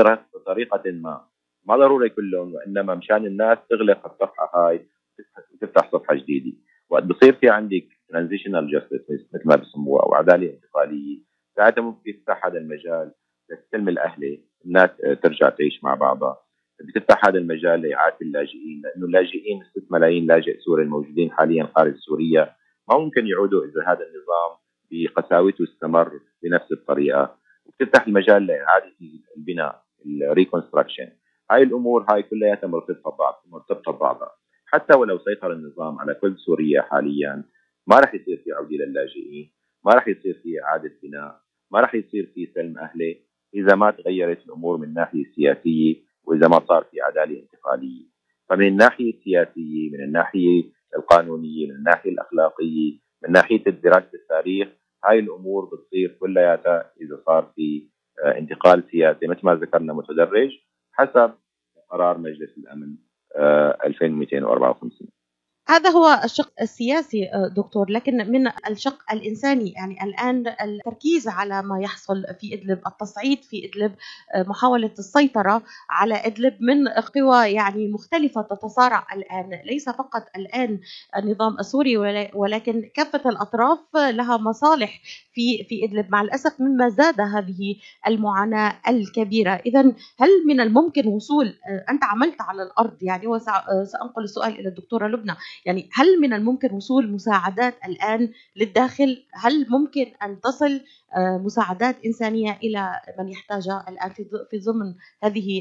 بطريقه ما، ما ضروري يكون لهم، وانما مشان الناس تغلق الصفحه هاي وتفتح صفحه جديده. وقت بصير في عندك ترانزيشنال جاستس مثل ما بسموها او عداله انتقاليه، ساعتها ممكن يفتح هذا المجال للسلم الاهلي، الناس ترجع تعيش مع بعضها. بتفتح هذا المجال لإعادة اللاجئين، لأنه اللاجئين ستة ملايين لاجئ سوري الموجودين حاليا خارج سوريا ما ممكن يعودوا إذا هذا النظام بقساوته استمر بنفس الطريقة. وبتفتح المجال لإعادة البناء، الريكونستراكشن. هاي الأمور هاي كلها مرتبطة ببعض مرتبطة ببعضها. حتى ولو سيطر النظام على كل سوريا حاليا، ما راح يصير في عودة للاجئين، ما راح يصير في إعادة بناء، ما راح يصير في سلم أهلي إذا ما تغيرت الأمور من الناحية السياسية، وإذا ما صار في عدالة انتقالية. فمن الناحية السياسية، من الناحية القانونية، من الناحية الأخلاقية، من ناحية دراسة التاريخ، هاي الأمور بتصير كلياتها إذا صار في انتقال سياسي مثل ما ذكرنا متدرج حسب قرار مجلس الأمن ألفين ومئتين وأربعة وخمسين. هذا هو الشق السياسي دكتور، لكن من الشق الإنساني، يعني الآن التركيز على ما يحصل في إدلب، التصعيد في إدلب، محاولة السيطرة على إدلب من قوى يعني مختلفة تتصارع الآن، ليس فقط الآن النظام السوري ولكن كافة الأطراف لها مصالح في في إدلب مع الأسف، مما زاد هذه المعاناة الكبيرة. إذن هل من الممكن وصول، أنت عملت على الأرض يعني، وسأنقل السؤال إلى الدكتورة لبنى، يعني هل من الممكن وصول مساعدات الآن للداخل؟ هل ممكن أن تصل مساعدات إنسانية إلى من يحتاجها الآن في ضمن هذه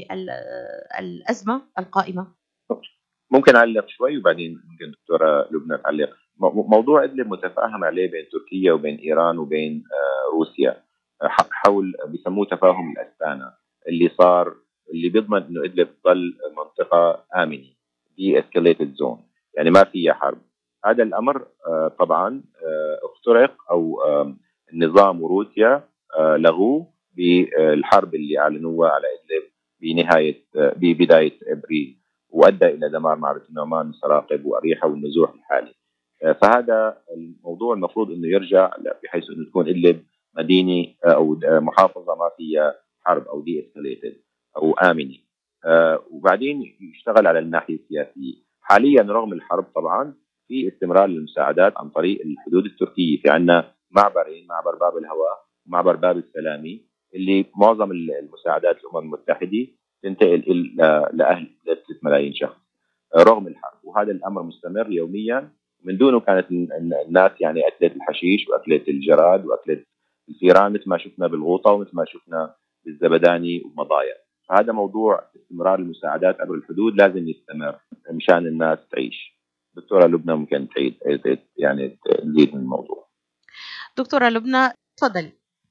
الأزمة القائمة؟ ممكن أعلق شوي وبعدين ممكن دكتورة لبنى تعلق. موضوع إدلب متفاهم عليه بين تركيا وبين إيران وبين روسيا، حول بيسموه تفاهم الأستانا، اللي صار اللي بيضمن إنه إدلب تظل منطقة آمنة، دي escalated zone، يعني ما فيها حرب. هذا الأمر طبعا اخترق أو النظام وروسيا لغوه بالحرب اللي اعلنوها على ادلب بنهايه ببدايه ابريل، وادى الى دمار معبد النعمان وسراقب واريحه والنزوح الحالي. فهذا الموضوع المفروض انه يرجع بحيث انه تكون ادلب مدينه او محافظه ما فيها حرب او دي اسكاليتد او امنه. وبعدين يشتغل على الناحيه السياسيه. حاليا رغم الحرب طبعا في استمرار للمساعدات عن طريق الحدود التركيه، في عندنا معبرين، معبر باب الهواء ومعبر باب السلامي، اللي معظم المساعدات الامم المتحده تنتقل لاهل ثلاثة ملايين شخص رغم الحرب، وهذا الامر مستمر يوميا. من دونه كانت الناس يعني اكلت الحشيش واكلت الجراد واكلت الفيران مثل ما شفنا بالغوطه ومثل ما شفنا بالزبداني ومضايا. فهذا موضوع استمرار المساعدات عبر الحدود لازم يستمر مشان الناس تعيش. دكتوره لبنى ممكن تعيد يعني تزيد من الموضوع. دكتورة لبنى تفضلي.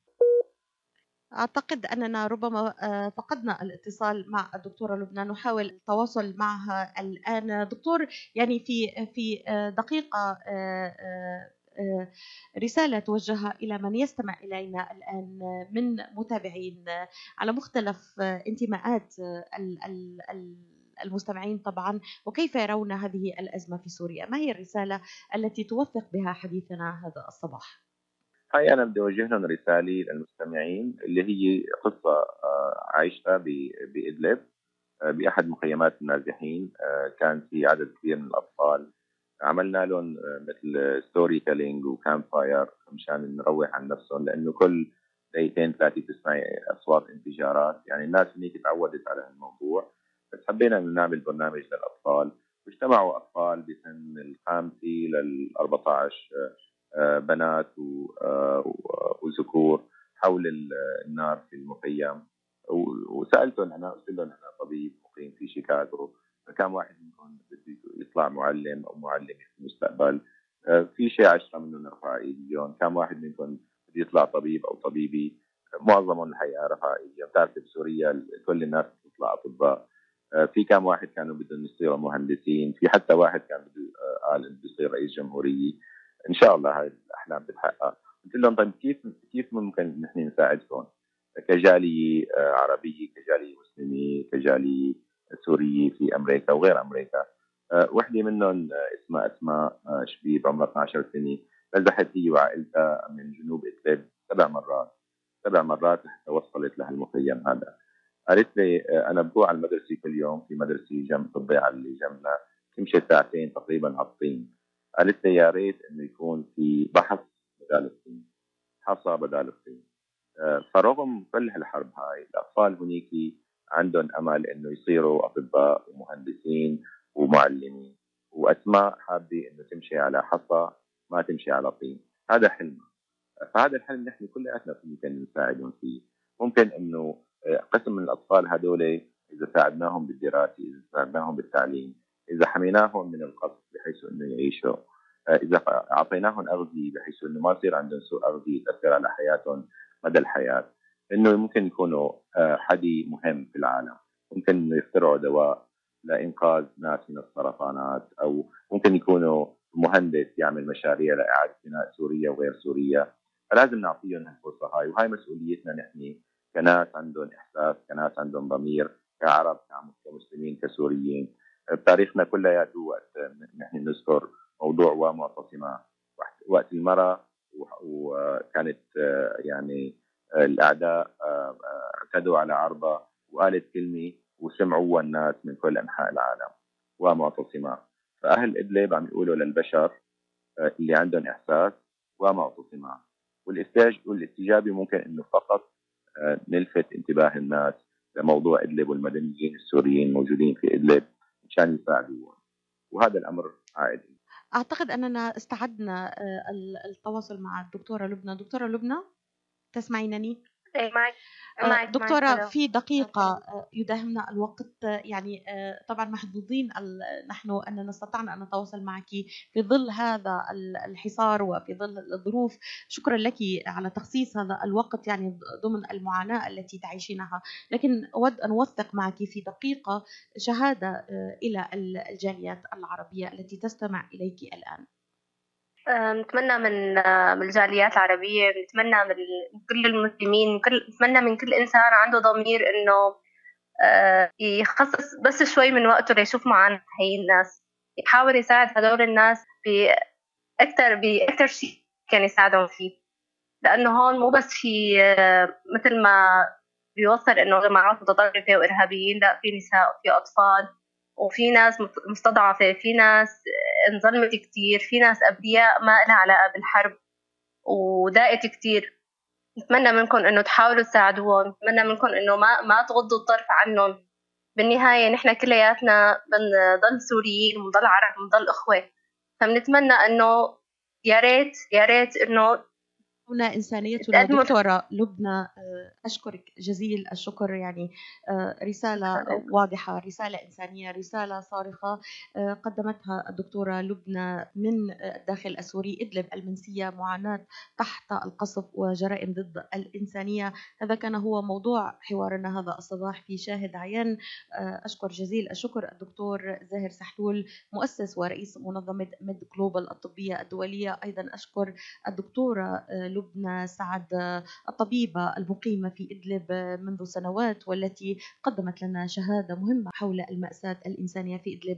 أعتقد أننا ربما فقدنا الاتصال مع الدكتورة لبنى، نحاول التواصل معها الآن. دكتور، يعني في في دقيقة رسالة توجهها إلى من يستمع إلينا الآن من متابعين على مختلف انتماءات المستمعين طبعا، وكيف يرون هذه الأزمة في سوريا؟ ما هي الرسالة التي توثق بها حديثنا هذا الصباح؟ هاي أنا بدي أوجه لهم رسالة للمستمعين اللي هي قصة عايشتها بإدلب بأحد مخيمات النازحين. كان في عدد كبير من الأطفال، عملنا لهم مثل ستوري تيلينج وكامب فاير مشان نروح عن نفسهم، لأنه كل دقيقتين ثلاثة تسمعي أصوات انفجارات، يعني الناس هنيك تعودت على الموضوع. بس حبينا إنه نعمل برنامج للأطفال، واجتمعوا أطفال بسن الخامسة لل أربعة عشر، بنات وذكور حول النار في المخيم. وسألتهم أنا، قلت لهم أنا طبيب مقيم في شيكاغو، فكم واحد منكم بده يطلع معلم أو معلمة في المستقبل؟ في شيء عشرة منهم نرفع ايديهم. كم واحد منكم بده يطلع طبيب أو طبيبي؟ معظمهم الحقيقة رفع ايديهم. بتعرف بسوريا كل الناس بتطلع أطباء. في كم واحد كانوا بدهم يصيروا مهندسين، في حتى واحد كان بده قال بده يصير رئيس جمهورية. ان شاء الله هاي الاحلام بتحقق. قلت لهم طيب كيف كيف ممكن نحن نساعدكم كجاليه عربيه، كجاليه مسلمه، كجاليه سوريه في امريكا وغير امريكا. وحده منهم اسمها اسماء شبيب، عمرها اثنعش سنه، نزحت هي وعائلتها من جنوب ادلب سبع مرات سبع مرات لحتى وصلت لهالمخيم هذا. قالت لي انا بروح على المدرسه كل يوم، في مدرسه جنب طبي على اللي جنبنا، تمشي ساعتين تقريبا على الطين. قالت لي يا ريت انه يكون في بحث بدال الطين، حصى بدال الطين. فرغم كل هالحرب هاي، الاطفال هنيك عندهم امل انه يصيروا اطباء ومهندسين ومعلمين، واسماء حابه انه تمشي على حصى ما تمشي على طين. هذا حلم. فهذا الحلم نحن كلياتنا ممكن نساعدهم فيه. ممكن انه قسم من الاطفال هذول اذا ساعدناهم بالدراسه، اذا ساعدناهم بالتعليم، اذا حميناهم من القصف بحيث انه يعيشوا، اذا اعطيناهم اغذيه بحيث انه ما يصير عندهم سوء اغذيه تاثر على حياتهم مدى الحياه، انه ممكن يكونوا حدي مهم في العالم. ممكن انه يخترعوا دواء لانقاذ ناس من السرطانات، او ممكن يكونوا مهندس يعمل مشاريع لاعاده بناء سوريا وغير سوريا. فلازم نعطيهم الفرصه هاي، وهي مسؤوليتنا نحن كناس عندهم احساس، كناس عندهم ضمير، كعرب، كمسلمين، كسوريين. بتاريخنا كلياته وقت نحن نذكر موضوع ومعتصمة وقت المرأة، وكانت يعني الأعداء اعتدوا على عربة وقالت كلمة وسمعوها الناس من كل أنحاء العالم، ومعتصمة. فأهل إدلب عم يقولوا للبشر اللي عندهم إحساس ومعتصمة. والاستجابة ممكن إنه فقط نلفت انتباه الناس لموضوع إدلب والمدنيين السوريين الموجودين في إدلب مشان يساعدوهم، وهذا الأمر عائد. أعتقد أننا استعدنا التواصل مع الدكتورة لبنى. دكتورة لبنى تسمعينني؟ إيه معك. معك دكتورة، معك في دقيقة يداهمنا الوقت، يعني طبعا محظوظين نحن أننا استطعنا أن نتواصل معك في ظل هذا الحصار وفي ظل الظروف. شكرا لك على تخصيص هذا الوقت يعني ضمن المعاناة التي تعيشينها، لكن أود أن أوثق معك في دقيقة شهادة إلى الجاليات العربية التي تستمع إليك الآن. آه، نتمنى من آه، من الجاليات العربية، نتمنى من من كل المسلمين، من كل نتمنى من كل إنسان عنده ضمير إنه آه، يخصص بس شوي من وقته ليشوف معاناة هي الناس، يحاول يساعد هدول الناس بأكتر بأكتر شيء كان يساعدهم فيه، لأنه هون مو بس في آه، مثل ما بيوصل إنه جماعات متطرفة وإرهابيين، لا، في نساء وفي أطفال وفي ناس مت- مستضعفة، في ناس آه، انظلمت كتير، في ناس أبرياء ما لها علاقة بالحرب ودائت كتير. نتمنى منكم إنه تحاولوا تساعدوهم، نتمنى منكم إنه ما ما تغضوا الطرف عنهم. بالنهاية نحن كلياتنا بنضل سوريين وبنضل عرب وبنضل إخوة، فبنتمنى إنه يا ريت يا ريت إنه هنا إنسانيتنا تقدموا. دكتورة لبنى. آه، أشكرك جزيل الشكر، يعني آه، رسالة واضحة، رسالة إنسانية، رسالة صارخة آه، قدمتها الدكتورة لبنى من الداخل السوري إدلب المنسية، معاناة تحت القصف وجرائم ضد الإنسانية. هذا كان هو موضوع حوارنا هذا الصباح في شاهد عيان. آه، أشكر جزيل الشكر الدكتور زاهر سحلول، مؤسس ورئيس منظمة ميد جلوبال الطبية الدولية. أيضا أشكر الدكتورة لبنى سعد، الطبيبة المقيمة في إدلب منذ سنوات والتي قدمت لنا شهادة مهمة حول المأساة الإنسانية في إدلب.